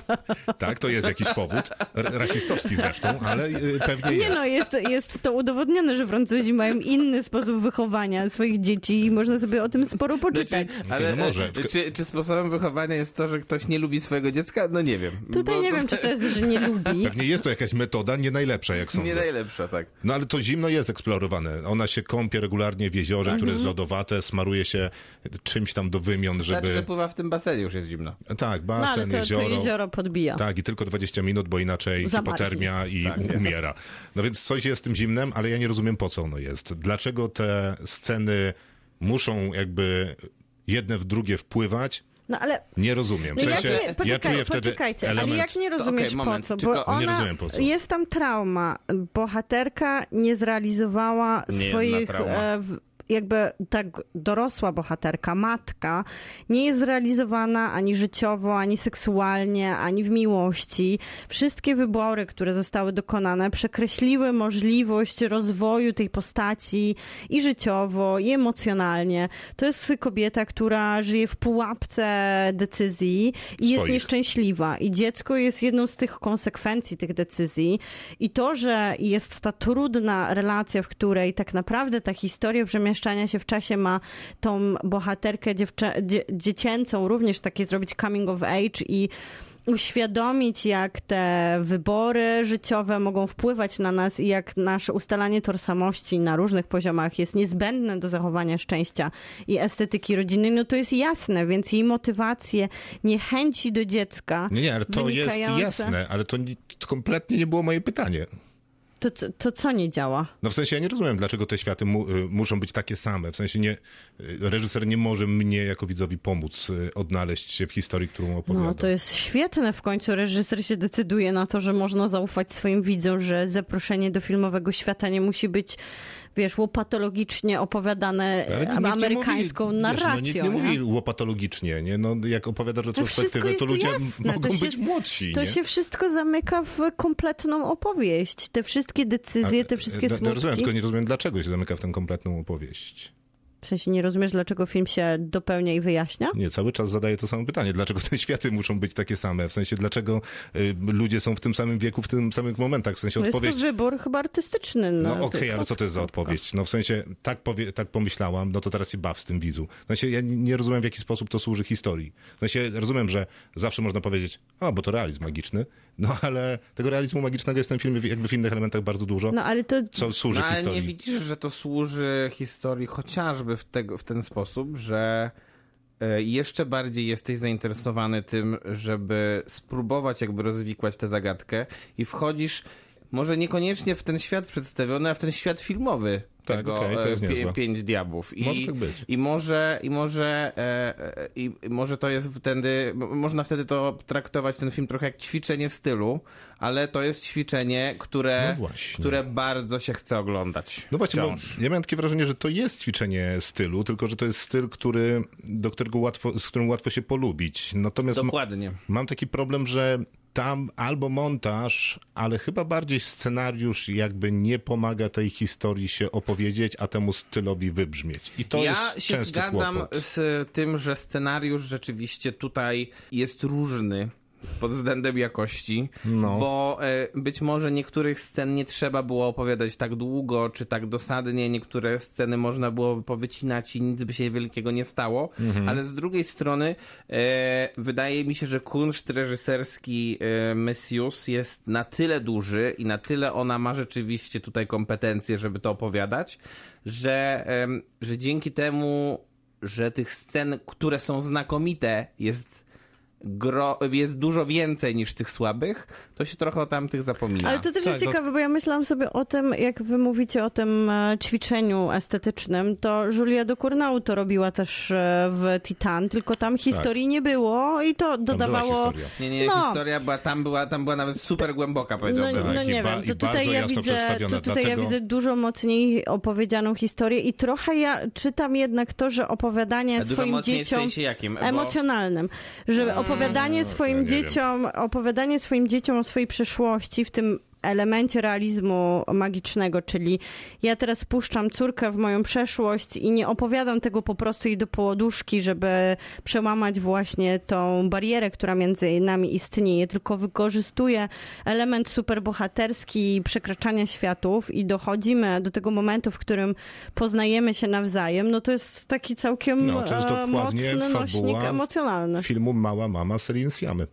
tak, to jest jakiś powód, R- rasistowski zresztą, ale y, pewnie Nie jest. no, jest, jest to udowodnione, że Francuzi mają inny sposób wychowania swoich dzieci i można sobie o tym sporo poczytać. Znaczy, Okej, ale no może. e, czy, czy sposobem wychowania jest to, że ktoś nie lubi swojego dziecka? No nie wiem. Tutaj Bo nie wiem, czy to jest, że nie lubi. Pewnie jest to jakaś metoda, nie najlepsza, jak sądzę. Nie najlepsza, tak. No ale to zimno jest eksplorowane. Ona się kąpie regularnie w jeziorze, które jest lodowate, smaruje się czymś tam do wymion, żeby... Znaczy, że pływa w tym basenie, już jest zimno. Tak, No ale basen, to, jezioro. to jezioro podbija. Tak, i tylko dwadzieścia minut, bo inaczej Zamarznie. hipotermia i Tak, jest. umiera. No więc coś jest z tym zimnem, ale ja nie rozumiem, po co ono jest. Dlaczego te sceny muszą jakby jedne w drugie wpływać? No ale... Nie rozumiem. W No sensie, jak nie, poczekaj, ja czuję wtedy poczekajcie, element... ale jak nie rozumiesz okej, moment, po co? tylko- Bo Nie ona, rozumiem po co. jest tam trauma. Bohaterka nie zrealizowała Nie, swoich... na trauma. E, w, jakby tak dorosła bohaterka, matka, nie jest zrealizowana ani życiowo, ani seksualnie, ani w miłości. Wszystkie wybory, które zostały dokonane, przekreśliły możliwość rozwoju tej postaci i życiowo, i emocjonalnie. To jest kobieta, która żyje w pułapce decyzji i jest Swoich. nieszczęśliwa. I dziecko jest jedną z tych konsekwencji tych decyzji. I to, że jest ta trudna relacja, w której tak naprawdę ta historia przemieszczania się w czasie ma tą bohaterkę dziewczę- dzie- dziecięcą, również takie zrobić coming of age i uświadomić, jak te wybory życiowe mogą wpływać na nas i jak nasze ustalanie tożsamości na różnych poziomach jest niezbędne do zachowania szczęścia i estetyki rodzinnej, no to jest jasne, więc jej motywacje, niechęci do dziecka Nie, nie, ale to jest wynikające- jasne, ale to, nie, to kompletnie nie było moje pytanie. To, to, to co nie działa? No w sensie ja nie rozumiem, dlaczego te światy mu, y, muszą być takie same. W sensie nie, y, reżyser nie może mnie jako widzowi pomóc y, odnaleźć się w historii, którą opowiada. No to jest świetne. W końcu reżyser się decyduje na to, że można zaufać swoim widzom, że zaproszenie do filmowego świata nie musi być wiesz, łopatologicznie opowiadane amerykańską mówi, narracją. Wiesz, no, nikt nie, nie mówi łopatologicznie, nie? No, jak opowiadasz retrospektywę, to, to ludzie jasne. mogą to się, być młodsi. To nie? się wszystko zamyka w kompletną opowieść. Te wszystkie decyzje, A, te wszystkie no, smutki. Rozumiem, tylko nie rozumiem, dlaczego się zamyka w tę kompletną opowieść. W sensie nie rozumiesz, dlaczego film się dopełnia i wyjaśnia? Nie, cały czas zadaję to samo pytanie. Dlaczego te światy muszą być takie same? W sensie, dlaczego y, ludzie są w tym samym wieku, w tym samych momentach? W sensie No odpowiedź... jest to wybór chyba artystyczny. No, No okej, okay, ale co to jest za krótko. odpowiedź? No w sensie, tak, powie, tak pomyślałam, no to teraz się baw z tym widzu. W sensie, ja nie rozumiem, w jaki sposób to służy historii. W sensie, rozumiem, że zawsze można powiedzieć, a, bo to realizm magiczny, no ale tego realizmu magicznego jest w tym filmie jakby w innych elementach bardzo dużo, No ale to... co służy No, ale historii. nie widzisz, że to służy historii chociażby w, tego, w ten sposób, że e, jeszcze bardziej jesteś zainteresowany tym, żeby spróbować jakby rozwikłać tę zagadkę i wchodzisz może niekoniecznie w ten świat przedstawiony, a w ten świat filmowy. Tak, tego okej, to jest e, niezłe. Pięć Diabłów. I, Może tak być. I może, i może, e, e, i może to jest wtedy, można wtedy to traktować ten film trochę jak ćwiczenie stylu, ale to jest ćwiczenie, które, No właśnie. które bardzo się chce oglądać. No właśnie, wciąż. bo ja miałem takie wrażenie, że to jest ćwiczenie stylu, tylko że to jest styl, który, do którego łatwo, z którym łatwo się polubić. Natomiast Dokładnie. mam taki problem, że tam albo montaż, ale chyba bardziej scenariusz jakby nie pomaga tej historii się opowiedzieć, a temu stylowi wybrzmieć. I to ja jest się częsty zgadzam kłopot. z tym, że scenariusz rzeczywiście tutaj jest różny pod względem jakości, No. bo e, być może niektórych scen nie trzeba było opowiadać tak długo, czy tak dosadnie, niektóre sceny można było powycinać i nic by się wielkiego nie stało, Mhm. ale z drugiej strony e, wydaje mi się, że kunszt reżyserski e, Messius jest na tyle duży i na tyle ona ma rzeczywiście tutaj kompetencje, żeby to opowiadać, że, e, że dzięki temu, że tych scen, które są znakomite, jest Gro, jest dużo więcej niż tych słabych, to się trochę o tamtych zapomina. Ale to też Tak, jest no- ciekawe, bo ja myślałam sobie o tym, jak wy mówicie o tym e, ćwiczeniu estetycznym, to Julia Ducournau to robiła też e, w Titan, tylko tam historii nie było i to Tam była dodawało... historia. Nie, nie, No. historia była tam, była, tam była nawet super głęboka, No, powiedziałbym. no Tak, i nie ba- wiem, i to tutaj bardzo ja jasno widzę, przedstawione, to tutaj dlatego- ja widzę dużo mocniej opowiedzianą historię i trochę ja czytam jednak to, że opowiadanie A dużo swoim mocniej w dzieciom... sensie jakim? Bo- Emocjonalnym. Że opowiadanie to swoim ja nie wiem. dzieciom, opowiadanie swoim dzieciom o swojej przeszłości, w tym elemencie realizmu magicznego, czyli ja teraz puszczam córkę w moją przeszłość i nie opowiadam tego po prostu jej do połoduszki, żeby przełamać właśnie tą barierę, która między nami istnieje, tylko wykorzystuję element superbohaterski przekraczania światów i dochodzimy do tego momentu, w którym poznajemy się nawzajem, no to jest taki całkiem No, to jest e, dokładnie mocny nośnik fabuła emocjonalny, filmu Mała Mama Celine Sciammy.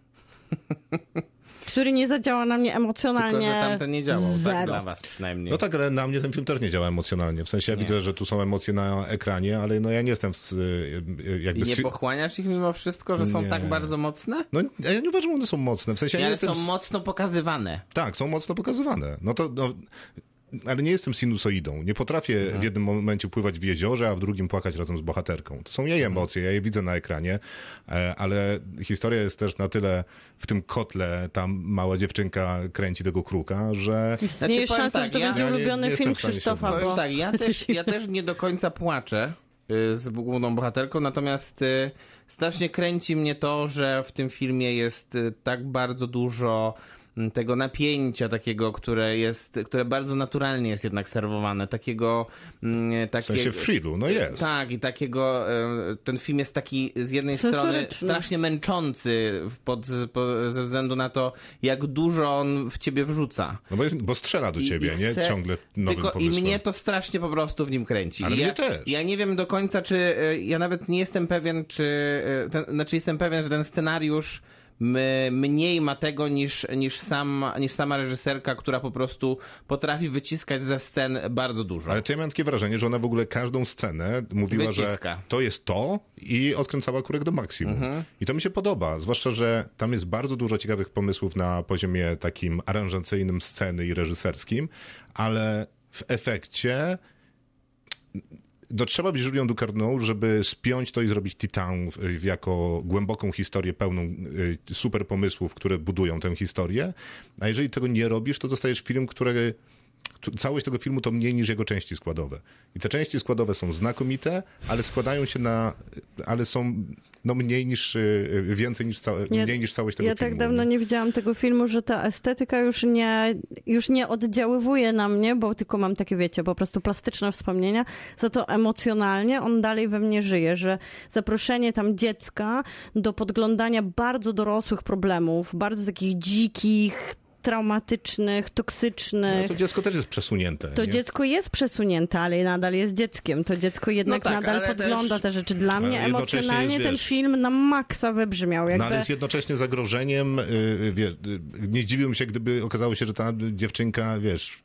który nie zadziała na mnie emocjonalnie. Tylko, że tamten nie działał, tak zero. dla was przynajmniej. No tak, ale na mnie ten film też nie działa emocjonalnie. W sensie ja Nie. widzę, że tu są emocje na ekranie, ale no ja nie jestem z, jakby... I nie z- pochłaniasz ich mimo wszystko, że są Nie. tak bardzo mocne? No ja nie uważam, że one są mocne. W sensie ja nie Ale jestem... są mocno pokazywane. Tak, są mocno pokazywane. No to... No... Ale nie jestem sinusoidą. Nie potrafię Mhm. w jednym momencie pływać w jeziorze, a w drugim płakać razem z bohaterką. To są jej emocje, ja je widzę na ekranie, e, ale historia jest też na tyle w tym kotle, tam mała dziewczynka kręci tego kruka, że... Istnieje Znaczy, powiem szansa, tak, że to ja- będzie ja nie- ulubiony nie jestem film w stanie się Krzysztofa, odnieść. bo... Powiem tak, ja też, ja też nie do końca płaczę y, z główną bohaterką, natomiast y, strasznie kręci mnie to, że w tym filmie jest y, tak bardzo dużo mm, tego napięcia takiego, które jest, które bardzo naturalnie jest jednak serwowane, takiego... mm, W Takie, sensie w thrillu, no jest. Tak, i takiego, e, ten film jest taki z jednej strony Sensoryczny. strasznie męczący w- pod, po, ze względu na to, jak dużo on w ciebie wrzuca. No bo, jest, bo strzela do I- ciebie, i nie? chce- Ciągle nowym Tylko i pomysłem. mnie to strasznie po prostu w nim kręci. Ale I mnie ja, też. Ja nie wiem do końca, czy... e, Ja nawet nie jestem pewien, czy... e, Ten, znaczy jestem pewien, że ten scenariusz m- mniej ma tego niż, niż, sam, niż sama reżyserka, która po prostu potrafi wyciskać ze scen bardzo dużo. Ale to ja miałem takie wrażenie, że ona w ogóle każdą scenę mówiła, Wyciska. że to jest to i odkręcała kurek do maksimum. Mhm. I to mi się podoba, zwłaszcza, że tam jest bardzo dużo ciekawych pomysłów na poziomie takim aranżacyjnym sceny i reżyserskim, ale w efekcie no, trzeba być Julią Ducournau, żeby spiąć to i zrobić Titan w, w jako głęboką historię pełną y, super pomysłów, które budują tę historię. A jeżeli tego nie robisz, to dostajesz film, który całość tego filmu to mniej niż jego części składowe. I te części składowe są znakomite, ale składają się na, ale są no mniej niż, więcej niż, całe, ja, mniej niż całość tego ja filmu. Ja tak dawno nie widziałam tego filmu, że ta estetyka już nie, już nie oddziaływuje na mnie, bo tylko mam takie, wiecie, po prostu plastyczne wspomnienia, za to emocjonalnie on dalej we mnie żyje, że zaproszenie tam dziecka do podglądania bardzo dorosłych problemów, bardzo takich dzikich, traumatycznych, toksycznych. No to dziecko też jest przesunięte. To nie? dziecko jest przesunięte, ale nadal jest dzieckiem. To dziecko jednak no tak, nadal podgląda też... te rzeczy. Dla mnie emocjonalnie jest, ten wiesz, film na maksa wybrzmiał. Jakby... No ale jest jednocześnie zagrożeniem. Yy, wie, yy, nie zdziwiłbym się, gdyby okazało się, że ta dziewczynka, wiesz...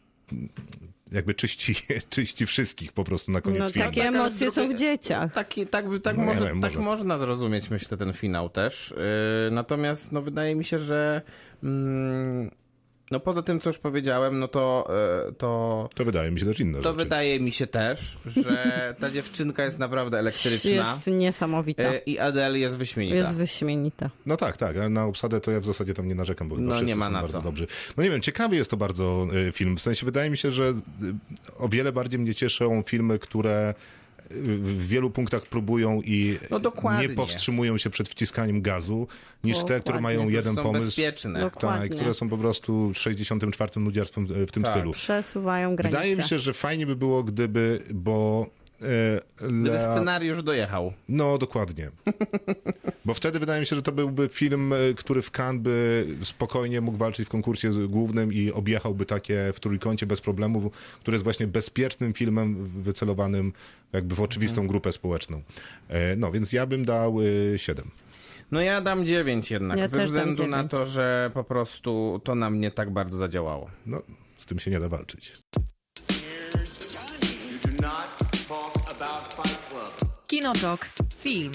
jakby czyści, czyści wszystkich po prostu na koniec no, filmu. Takie emocje są w dzieciach. Tak, tak, tak, no, może, wiem, tak może. można zrozumieć, myślę, ten finał też. Yy, natomiast no, wydaje mi się, że mm, no poza tym, co już powiedziałem, no to... Yy, to To wydaje mi się też inne To rzeczy. wydaje mi się też, że ta dziewczynka jest naprawdę elektryczna. Jest niesamowita. Yy, I Adele jest wyśmienita. Jest wyśmienita. No tak, tak, ale na obsadę to ja w zasadzie tam nie narzekam, bo No, wszyscy nie ma są na bardzo co. dobrzy. No nie wiem, ciekawy jest to bardzo y, film. W sensie wydaje mi się, że y, o wiele bardziej mnie cieszą filmy, które y, w wielu punktach próbują i No dokładnie. nie powstrzymują się przed wciskaniem gazu, niż te, które Dokładnie. mają Które jeden są pomysł. bezpieczne. Dokładnie. Tak, które są po prostu sześćdziesiątym czwartym nudziarstwem y, w tym Tak. stylu. Przesuwają granice. Wydaje mi się, że fajnie by było, gdyby, bo y, Gdyby Lea... scenariusz dojechał. No, dokładnie. Bo wtedy wydaje mi się, że to byłby film, który w Cannes by spokojnie mógł walczyć w konkursie głównym i objechałby takie w trójkącie bez problemu, który jest właśnie bezpiecznym filmem wycelowanym jakby w oczywistą grupę społeczną. No, więc ja bym dał siedem. No ja dam dziewięć jednak, Ja ze też dam względu na dziewięć. to, że po prostu to na mnie tak bardzo zadziałało. No, z tym się nie da walczyć. Kinotok. Film.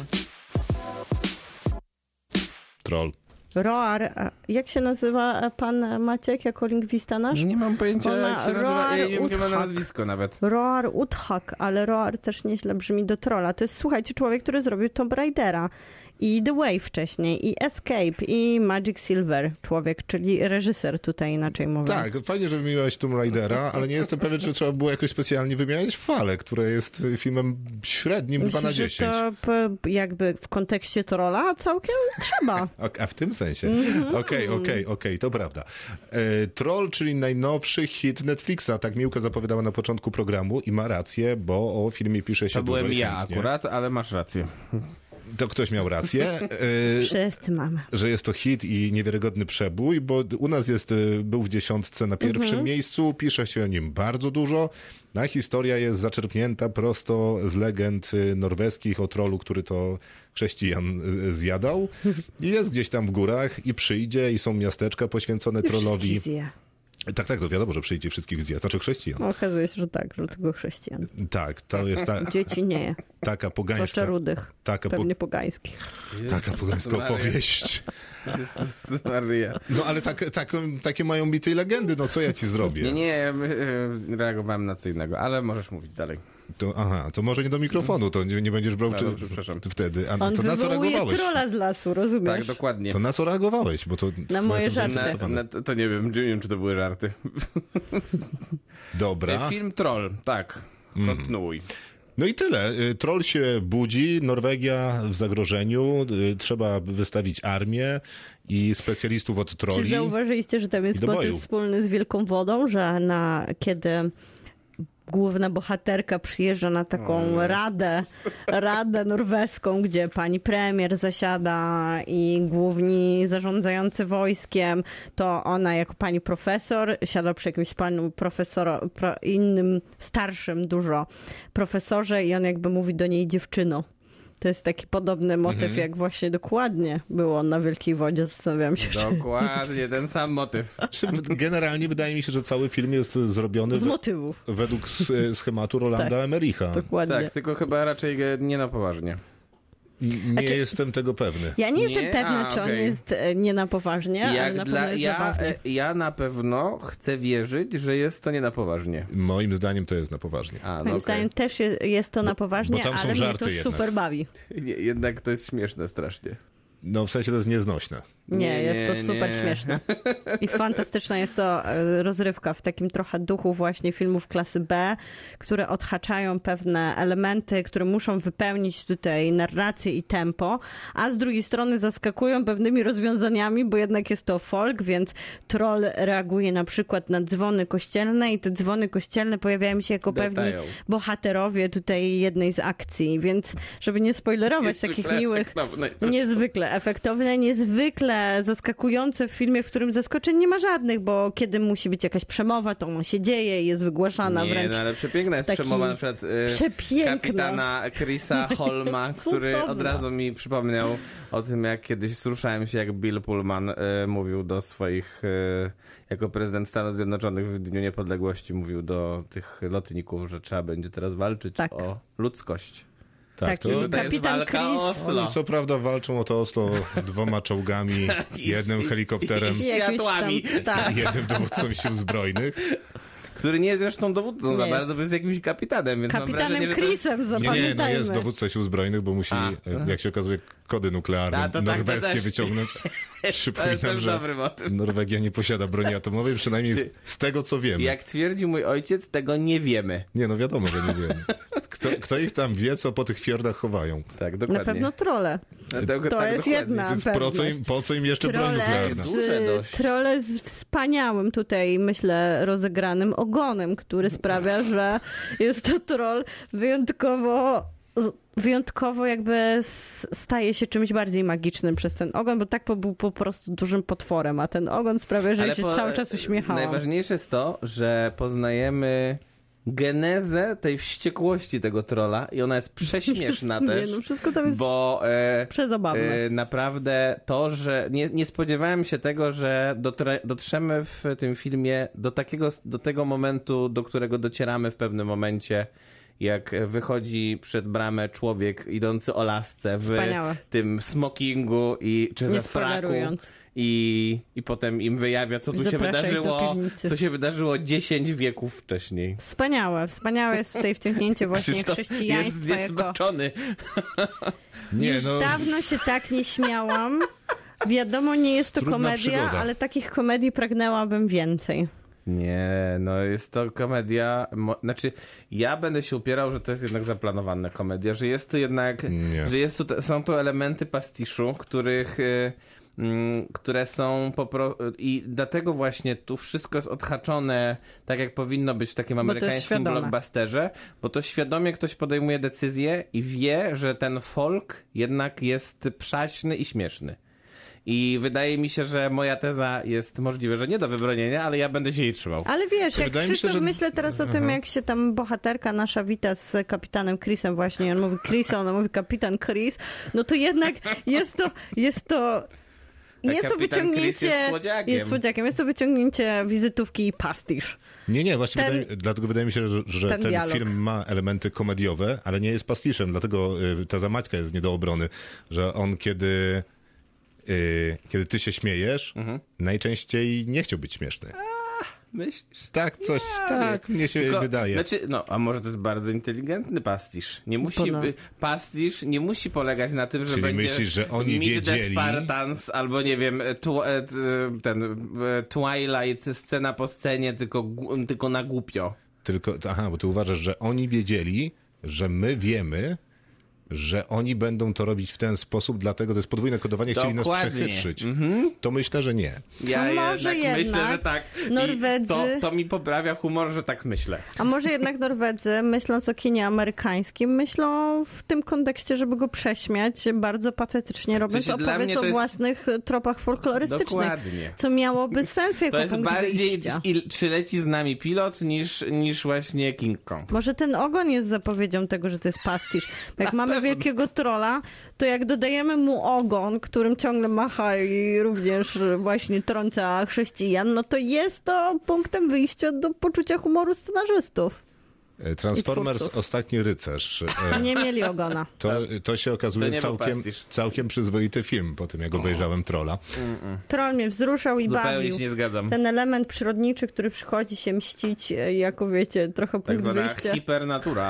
Troll. Roar, a jak się nazywa pan Maciek jako lingwista nasz? Nie mam pojęcia, Ona jak się nazywa. Roar Ja nie wiem, jakie ma na Uthak. nazwisko nawet. Roar Uthak, ale Roar też nieźle brzmi do trolla. To jest, słuchajcie, człowiek, który zrobił Tomb Raidera i The Way wcześniej, i Escape, i Magic Silver człowiek, czyli reżyser tutaj inaczej mówiąc. Tak, fajnie, że wymieniłeś Tomb Raidera, ale nie jestem pewien, czy trzeba było jakoś specjalnie wymieniać Falę, które jest filmem średnim dwa na Myślę, dziesięć. że to p- jakby w kontekście trolla całkiem trzeba. A, a w tym sensie? Mhm. Okej, okej, okej, to prawda. E, Troll, czyli najnowszy hit Netflixa, tak Miłka zapowiadała na początku programu i ma rację, bo o filmie pisze się To dużo byłem i ja chętnie. akurat, ale masz rację. To ktoś miał rację, e, Wszyscy mamy. że jest to hit i niewiarygodny przebój, bo u nas jest, e, był w dziesiątce na pierwszym Mhm. miejscu, pisze się o nim bardzo dużo. A historia jest zaczerpnięta prosto z legend e, norweskich o trollu, który to chrześcijan e, zjadał. I jest gdzieś tam w górach i przyjdzie i są miasteczka poświęcone trollowi. Wszystkich zje. Tak, tak, to wiadomo, że przyjdzie wszystkich zje, znaczy chrześcijan. No, okazuje się, że tak, że tylko chrześcijan. Tak, to jest ta, Dzieci nie, taka pogańska, zwłaszcza rudych, taka, po, pewnie pogańskich. taka pogańska Maria. opowieść. Jezus Maria. No ale tak, tak, takie mają mity i legendy, no co ja ci zrobię? Nie, nie, ja, y, reagowałem na co innego, ale możesz mówić dalej. To, aha, to może nie do mikrofonu, to nie, nie będziesz brał No, czy, dobrze, przepraszam. wtedy. A On to na co wywołuje reagowałeś? trolla z lasu, rozumiesz? Tak, dokładnie. To na co reagowałeś? Bo to Na moje jestem żarty. Na, zainteresowany. na, to, to nie wiem, nie wiem, czy to były żarty. Dobra. Film Troll, tak. Kontynuuj. No i tyle. Y, Troll się budzi, Norwegia w zagrożeniu, y, trzeba wystawić armię i specjalistów od Czy trolli. zauważyliście, że tam jest I do motyw boju. wspólny z Wielką Wodą, że na, kiedy główna bohaterka przyjeżdża na taką radę, radę norweską, gdzie pani premier zasiada i główni zarządzający wojskiem, to ona jako pani profesor siada przy jakimś panu profesoro, pro, innym, starszym dużo profesorze i on jakby mówi do niej dziewczyno. To jest taki podobny motyw, Mhm. jak właśnie dokładnie było na Wielkiej Wodzie. Zastanawiam się, czy Dokładnie, ten sam motyw. Generalnie wydaje mi się, że cały film jest zrobiony z we- motywów. według s- schematu Rolanda Tak. Emericha. Dokładnie. Tak, tylko chyba raczej e, nie na poważnie. Nie Znaczy- jestem tego pewny. Ja nie, Nie? jestem pewna, A, czy on okej. jest e, nie na poważnie, ale Jak na dla, pewno jest ja, zabawny. e, ja na pewno chcę wierzyć, że jest to nie na poważnie. Moim zdaniem to jest na poważnie. A, no Moim okej. zdaniem też jest, jest to na poważnie, bo tam są ale mnie żarty to jednak. super bawi. Nie, jednak to jest śmieszne strasznie. No w sensie to jest nieznośne. Nie, jest nie, to super nie. śmieszne. I fantastyczna jest to e, rozrywka w takim trochę duchu właśnie filmów klasy B, które odhaczają pewne elementy, które muszą wypełnić tutaj narrację i tempo, a z drugiej strony zaskakują pewnymi rozwiązaniami, bo jednak jest to folk, więc troll reaguje na przykład na dzwony kościelne i te dzwony kościelne pojawiają się jako pewni Detail. bohaterowie tutaj jednej z akcji, więc żeby nie spoilerować Niezwykle takich miłych, efektowne zresztą. niezwykle efektowne, niezwykle zaskakujące w filmie, w którym zaskoczeń nie ma żadnych, bo kiedy musi być jakaś przemowa, to ona się dzieje i jest wygłaszana Nie, wręcz. no ale przepiękna jest taki przemowa na przykład y, przepiękna. kapitana Chrisa Holma, który Cudowna. od razu mi przypomniał o tym, jak kiedyś wzruszałem się, jak Bill Pullman y, mówił do swoich, y, jako prezydent Stanów Zjednoczonych w Dniu Niepodległości, mówił do tych lotników, że trzeba będzie teraz walczyć Tak. o ludzkość. Tak, Taki to... Że to jest kapitan walka o Chris. Oslo. Oni co prawda walczą o to Oslo dwoma czołgami, I- jednym i- helikopterem I jakimś światłami. Tam, tak. i jednym dowódcą sił zbrojnych. Który nie jest zresztą dowódcą Nie za jest. bardzo, bo jest jakimś kapitanem, więc mam Kapitanem wrażenie, że to jest... Chrisem, Nie, nie, no zapamiętajmy. jest dowódca sił zbrojnych, bo musi, A. jak się okazuje, kody nuklearne A, to tak, to norweskie też. wyciągnąć. To jest Przypominam, też że dobry motyw. Norwegia nie posiada broni atomowej, przynajmniej z, Czy- z tego, co wiemy. Jak twierdzi mój ojciec, tego nie wiemy. Nie, no wiadomo, że nie wiemy. Kto, kto ich tam wie, co po tych fiordach chowają? Tak, dokładnie. Na pewno trole. Dlatego- To tak, jest dokładnie. jedna Więc po co, pewność. im, po co im jeszcze broń Trole nuklearna? Duże z, dość. trole z wspaniałym tutaj, myślę, rozegranym ogonem, który sprawia, że jest to troll wyjątkowo, wyjątkowo jakby s- staje się czymś bardziej magicznym przez ten ogon, bo tak po, był po prostu dużym potworem, a ten ogon sprawia, że ja się po- cały czas uśmiechałam. Najważniejsze jest to, że poznajemy genezę tej wściekłości tego trolla i ona jest prześmieszna Nie, też, no wszystko tam jest bo e, przezabawne. e, naprawdę to, że nie, nie spodziewałem się tego, że dotre, dotrzemy w tym filmie do takiego, do tego momentu, do którego docieramy w pewnym momencie, jak wychodzi przed bramę człowiek idący o lasce w Wspaniałe. tym smokingu i czy Nie we fraku spoilerując. i, i potem im wyjawia, co tu się Zaprasza ich do wydarzyło, piwnicy. co się wydarzyło dziesięć wieków wcześniej. Wspaniałe, wspaniałe jest tutaj wciągnięcie właśnie Krzysztof chrześcijaństwa jest jako... zniesmaczony. Nie, Już no, dawno się tak nie śmiałam. Wiadomo, nie jest to Trudna komedia, przygoda. ale takich komedii pragnęłabym więcej. Nie, no jest to komedia, mo- znaczy ja będę się upierał, że to jest jednak zaplanowana komedia, że jest to jednak, Nie. że jest tu, te- są tu elementy pastiszu, których, y, mm, które są po pro- i dlatego właśnie tu wszystko jest odhaczone tak jak powinno być w takim to jest amerykańskim świadome. blockbusterze, bo to świadomie ktoś podejmuje decyzję i wie, że ten folk jednak jest przaśny i śmieszny. I wydaje mi się, że moja teza jest możliwe, że nie do wybronienia, ale ja będę się jej trzymał. Ale wiesz, jak Wydaje mi się, Krzysztof, że- myślę teraz o tym, jak się tam bohaterka nasza wita z kapitanem Chrisem właśnie, on mówi Chris, a ona mówi kapitan Chris, no to jednak jest to, jest to jest to kapitan Chris wyciągnięcie... jest słodziakiem. Jest słodziakiem. Jest to wyciągnięcie wizytówki i pastisz. nie, nie, właśnie Ten- wydaje, dlatego wydaje mi się, że, że ten ten, dialog. film ma elementy komediowe, ale nie jest pastiszem, dlatego y, ta zamaćka jest nie do obrony, że on kiedy, y, kiedy ty się śmiejesz, Mhm. najczęściej nie chciał być śmieszny. Myślisz? Tak, coś, tak, mnie się Tylko, wydaje. Znaczy, no, a może to jest bardzo inteligentny pastisz. Nie musi Ponad. by, pastisz nie musi polegać na tym, że Czyli będzie myślisz, że oni Meet the wiedzieli? Spartans, albo nie wiem, tw, e, t- ten e, Twilight, scena po scenie, tylko, gu- tylko na głupio. Tylko, aha, bo ty uważasz, że oni wiedzieli, że my wiemy, że oni będą to robić w ten sposób, dlatego to jest podwójne kodowanie, chcieli nas Dokładnie. przechytrzyć. To myślę, że nie. Ja To może jednak myślę, jednak że tak. I Norwedzy- to, to mi poprawia humor, że tak myślę. A może jednak Norwedzy, myśląc o kinie amerykańskim, myślą w tym kontekście, żeby go prześmiać, bardzo patetycznie robiąc sensie, dla opowiedz mnie o to jest- własnych tropach folklorystycznych. Dokładnie. Co miałoby sens jako To jest punkt bardziej, wyjścia. il, czy leci z nami pilot, niż, niż właśnie King Kong. Może ten ogon jest zapowiedzią tego, że to jest pastisz. Bo jak mamy wielkiego trolla, to jak dodajemy mu ogon, którym ciągle macha i również właśnie trąca chrześcijan, no to jest to punktem wyjścia do poczucia humoru scenarzystów. Transformers twórców. Ostatni Rycerz. E, Nie mieli ogona. To, to się To okazuje nie był całkiem, pastisz. całkiem przyzwoity film, po tym jak obejrzałem Trolla. Troll mnie wzruszał i Zupełnie bawił. się nie zgadzam. Ten element przyrodniczy, który przychodzi się mścić, e, jako wiecie, trochę Tak punkt zwana wyjścia. hipernatura.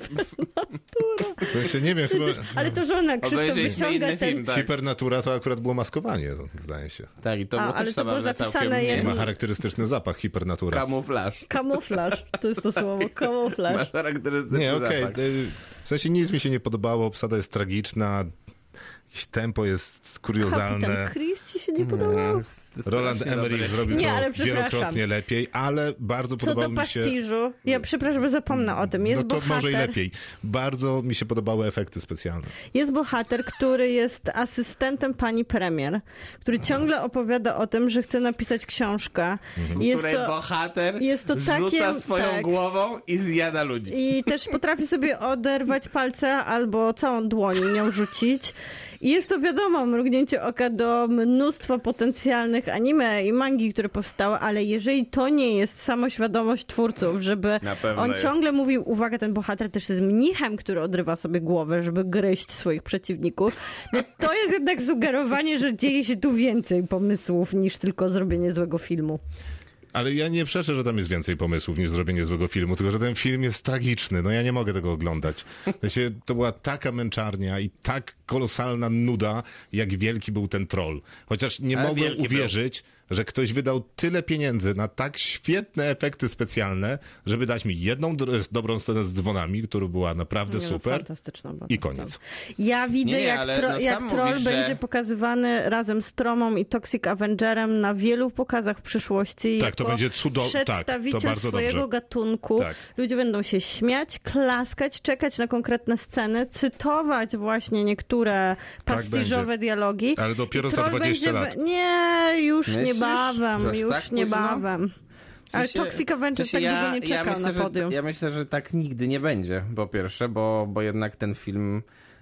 W sensie nie wiem, chyba Ale to żona Krzysztof Obejrzeliśmy wyciąga inny ten... film, tak. Hipernatura to akurat było maskowanie, zdaje się. Tak, i to A, było ale też to było zabawne zapisane całkiem. jak- Nie, Ma charakterystyczny zapach Hipernatura. kamuflaż. Kamuflaż, to jest to słowo, kamuflaż. Ma charakterystyczny Nie, okej. zapach. y, W sensie nic mi się nie podobało, obsada jest tragiczna, jakieś tempo jest kuriozalne. Kapitan Chris ci się nie podobał? Roland Strasznie Emmerich dobry. zrobił Nie, to ale przepraszam. wielokrotnie lepiej, ale bardzo Co podobało do mi się... pastiżu, ja przepraszam, że zapomnę o tym. Jest No to bohater, może i lepiej. Bardzo mi się podobały efekty specjalne. Jest bohater, który jest asystentem pani premier, który ciągle opowiada o tym, że chce napisać książkę. I jest której to, bohater jest to rzuca takie- swoją tak. głową i zjada ludzi. I też potrafi sobie oderwać palce albo całą dłoń i nią rzucić. I jest to, wiadomo, mrugnięcie oka do mnóstwa potencjalnych anime i mangi, które powstały, ale jeżeli to nie jest samoświadomość twórców, żeby Na pewno on jest. ciągle mówił, uwaga, ten bohater też jest mnichem, który odrywa sobie głowę, żeby gryźć swoich przeciwników, no to jest jednak sugerowanie, że dzieje się tu więcej pomysłów niż tylko zrobienie złego filmu. Ale ja nie przeczę, że tam jest więcej pomysłów niż zrobienie złego filmu, tylko że ten film jest tragiczny. No ja nie mogę tego oglądać. W sensie, to była taka męczarnia i tak kolosalna nuda, jak wielki był ten troll. Chociaż nie Ale mogłem wielki uwierzyć, że ktoś wydał tyle pieniędzy na tak świetne efekty specjalne, żeby dać mi jedną do- dobrą scenę z dzwonami, która była naprawdę Nie, no, super. fantastyczna była I ta koniec. scena. Ja widzę, Nie, nie, jak, ale tro, no jak sam Troll mówisz, że- będzie pokazywany razem z Tromą i Toxic Avengerem na wielu pokazach w przyszłości. Tak, to jako będzie cudo- tak, to przedstawiciel bardzo swojego dobrze. gatunku. Tak. Ludzie będą się śmiać, klaskać, czekać na konkretne sceny, cytować właśnie niektóre pastiżowe będzie. dialogi. Ale dopiero I za Troll dwadzieścia będzie... lat. Nie, już Myślisz, niebawem, że aż już tak późno? niebawem. W Ale sensie- Toxic Avenger w sensie tak długo nie czekał myślę, na podium. Że, ja myślę, że tak nigdy nie będzie, po pierwsze, bo, bo jednak ten film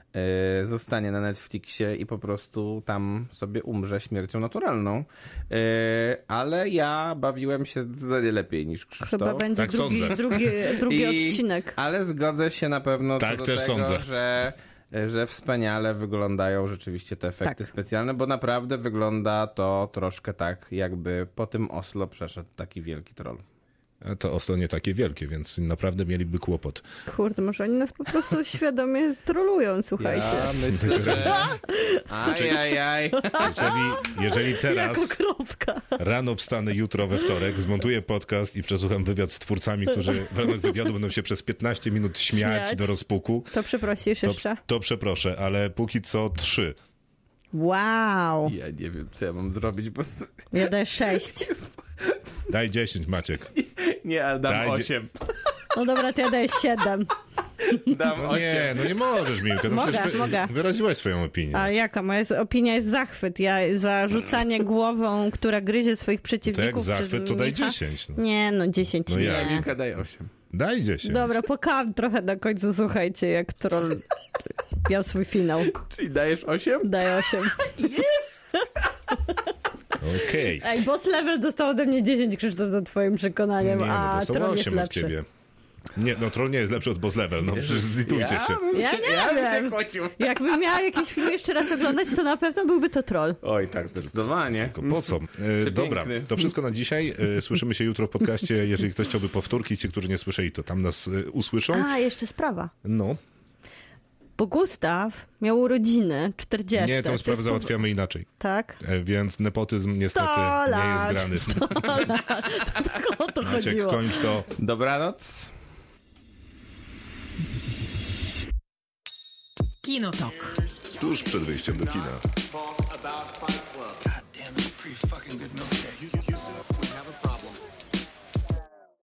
e, zostanie na Netflixie i po prostu tam sobie umrze śmiercią naturalną. E, ale ja bawiłem się zdecydowanie lepiej niż Krzysztof. Chyba będzie Tak drugi, sądzę. drugi, drugi I- odcinek. Ale zgodzę się na pewno Tak, co do też tego, sądzę. że że wspaniale wyglądają rzeczywiście te efekty Tak. specjalne, bo naprawdę wygląda to troszkę tak, jakby po tym Oslo przeszedł taki wielki troll. A to Oslo nie takie wielkie, więc naprawdę mieliby kłopot. Kurde, może oni nas po prostu świadomie trolują, słuchajcie. Ja myślę, że... Ajajaj. Jeżeli, jeżeli teraz Jako kropka. rano wstanę jutro we wtorek, zmontuję podcast i przesłucham wywiad z twórcami, którzy w ramach wywiadu będą się przez piętnaście minut śmiać, Śmiać. do rozpuku, To przeprosisz to, jeszcze? to przeproszę, ale póki co trzy. Wow. Ja nie wiem, co ja mam zrobić, bo... Ja daję sześć. Daj dziesięć, Maciek. Nie, ale dam Daj, osiem. No dobra, to ja daję siedem. Dam No osiem. nie, no nie możesz, Miłka. No Mogę, przecież wy, mogę. wyraziłaś swoją opinię. A jaka? Moja jest- opinia jest zachwyt. Ja za rzucanie głową, która gryzie swoich To jak przeciwników zachwyt, przez to daj mnicha. dziesięć. No. Nie, no dziesięć No jak? nie. Milka daj osiem. Daj dziesięć. Dobra, pokałam trochę na końcu, słuchajcie, jak troll miał swój finał. Czyli dajesz osiem? Daję osiem. Okej. Ej, boss level dostał ode mnie dziesięć, Krzysztof, za twoim przekonaniem, Nie, no a to są troll jest osiem od lepszy. ciebie. Nie, no troll nie jest lepszy od boss level, no przecież zlitujcie się. bym Ja się, nie ja bym wiem. się kłócił. Jakbym miała jakiś film jeszcze raz oglądać, to na pewno byłby to troll. Oj, tak, zdecydowanie. Tylko po co? E, dobra, to wszystko na dzisiaj. E, słyszymy się jutro w podcaście. Jeżeli ktoś chciałby powtórki, ci, którzy nie słyszeli, to tam nas e, usłyszą. A, jeszcze sprawa. No, Bo Gustaw miał urodziny czterdzieste. nie, tą To sprawę jest załatwiamy inaczej. po- Tak? E, więc nepotyzm niestety sto nie jest lat, grany. sto lat. To tylko o to Maciek, chodziło. kończ to. Dobranoc. Kinotok. Tuż przed wyjściem do kina.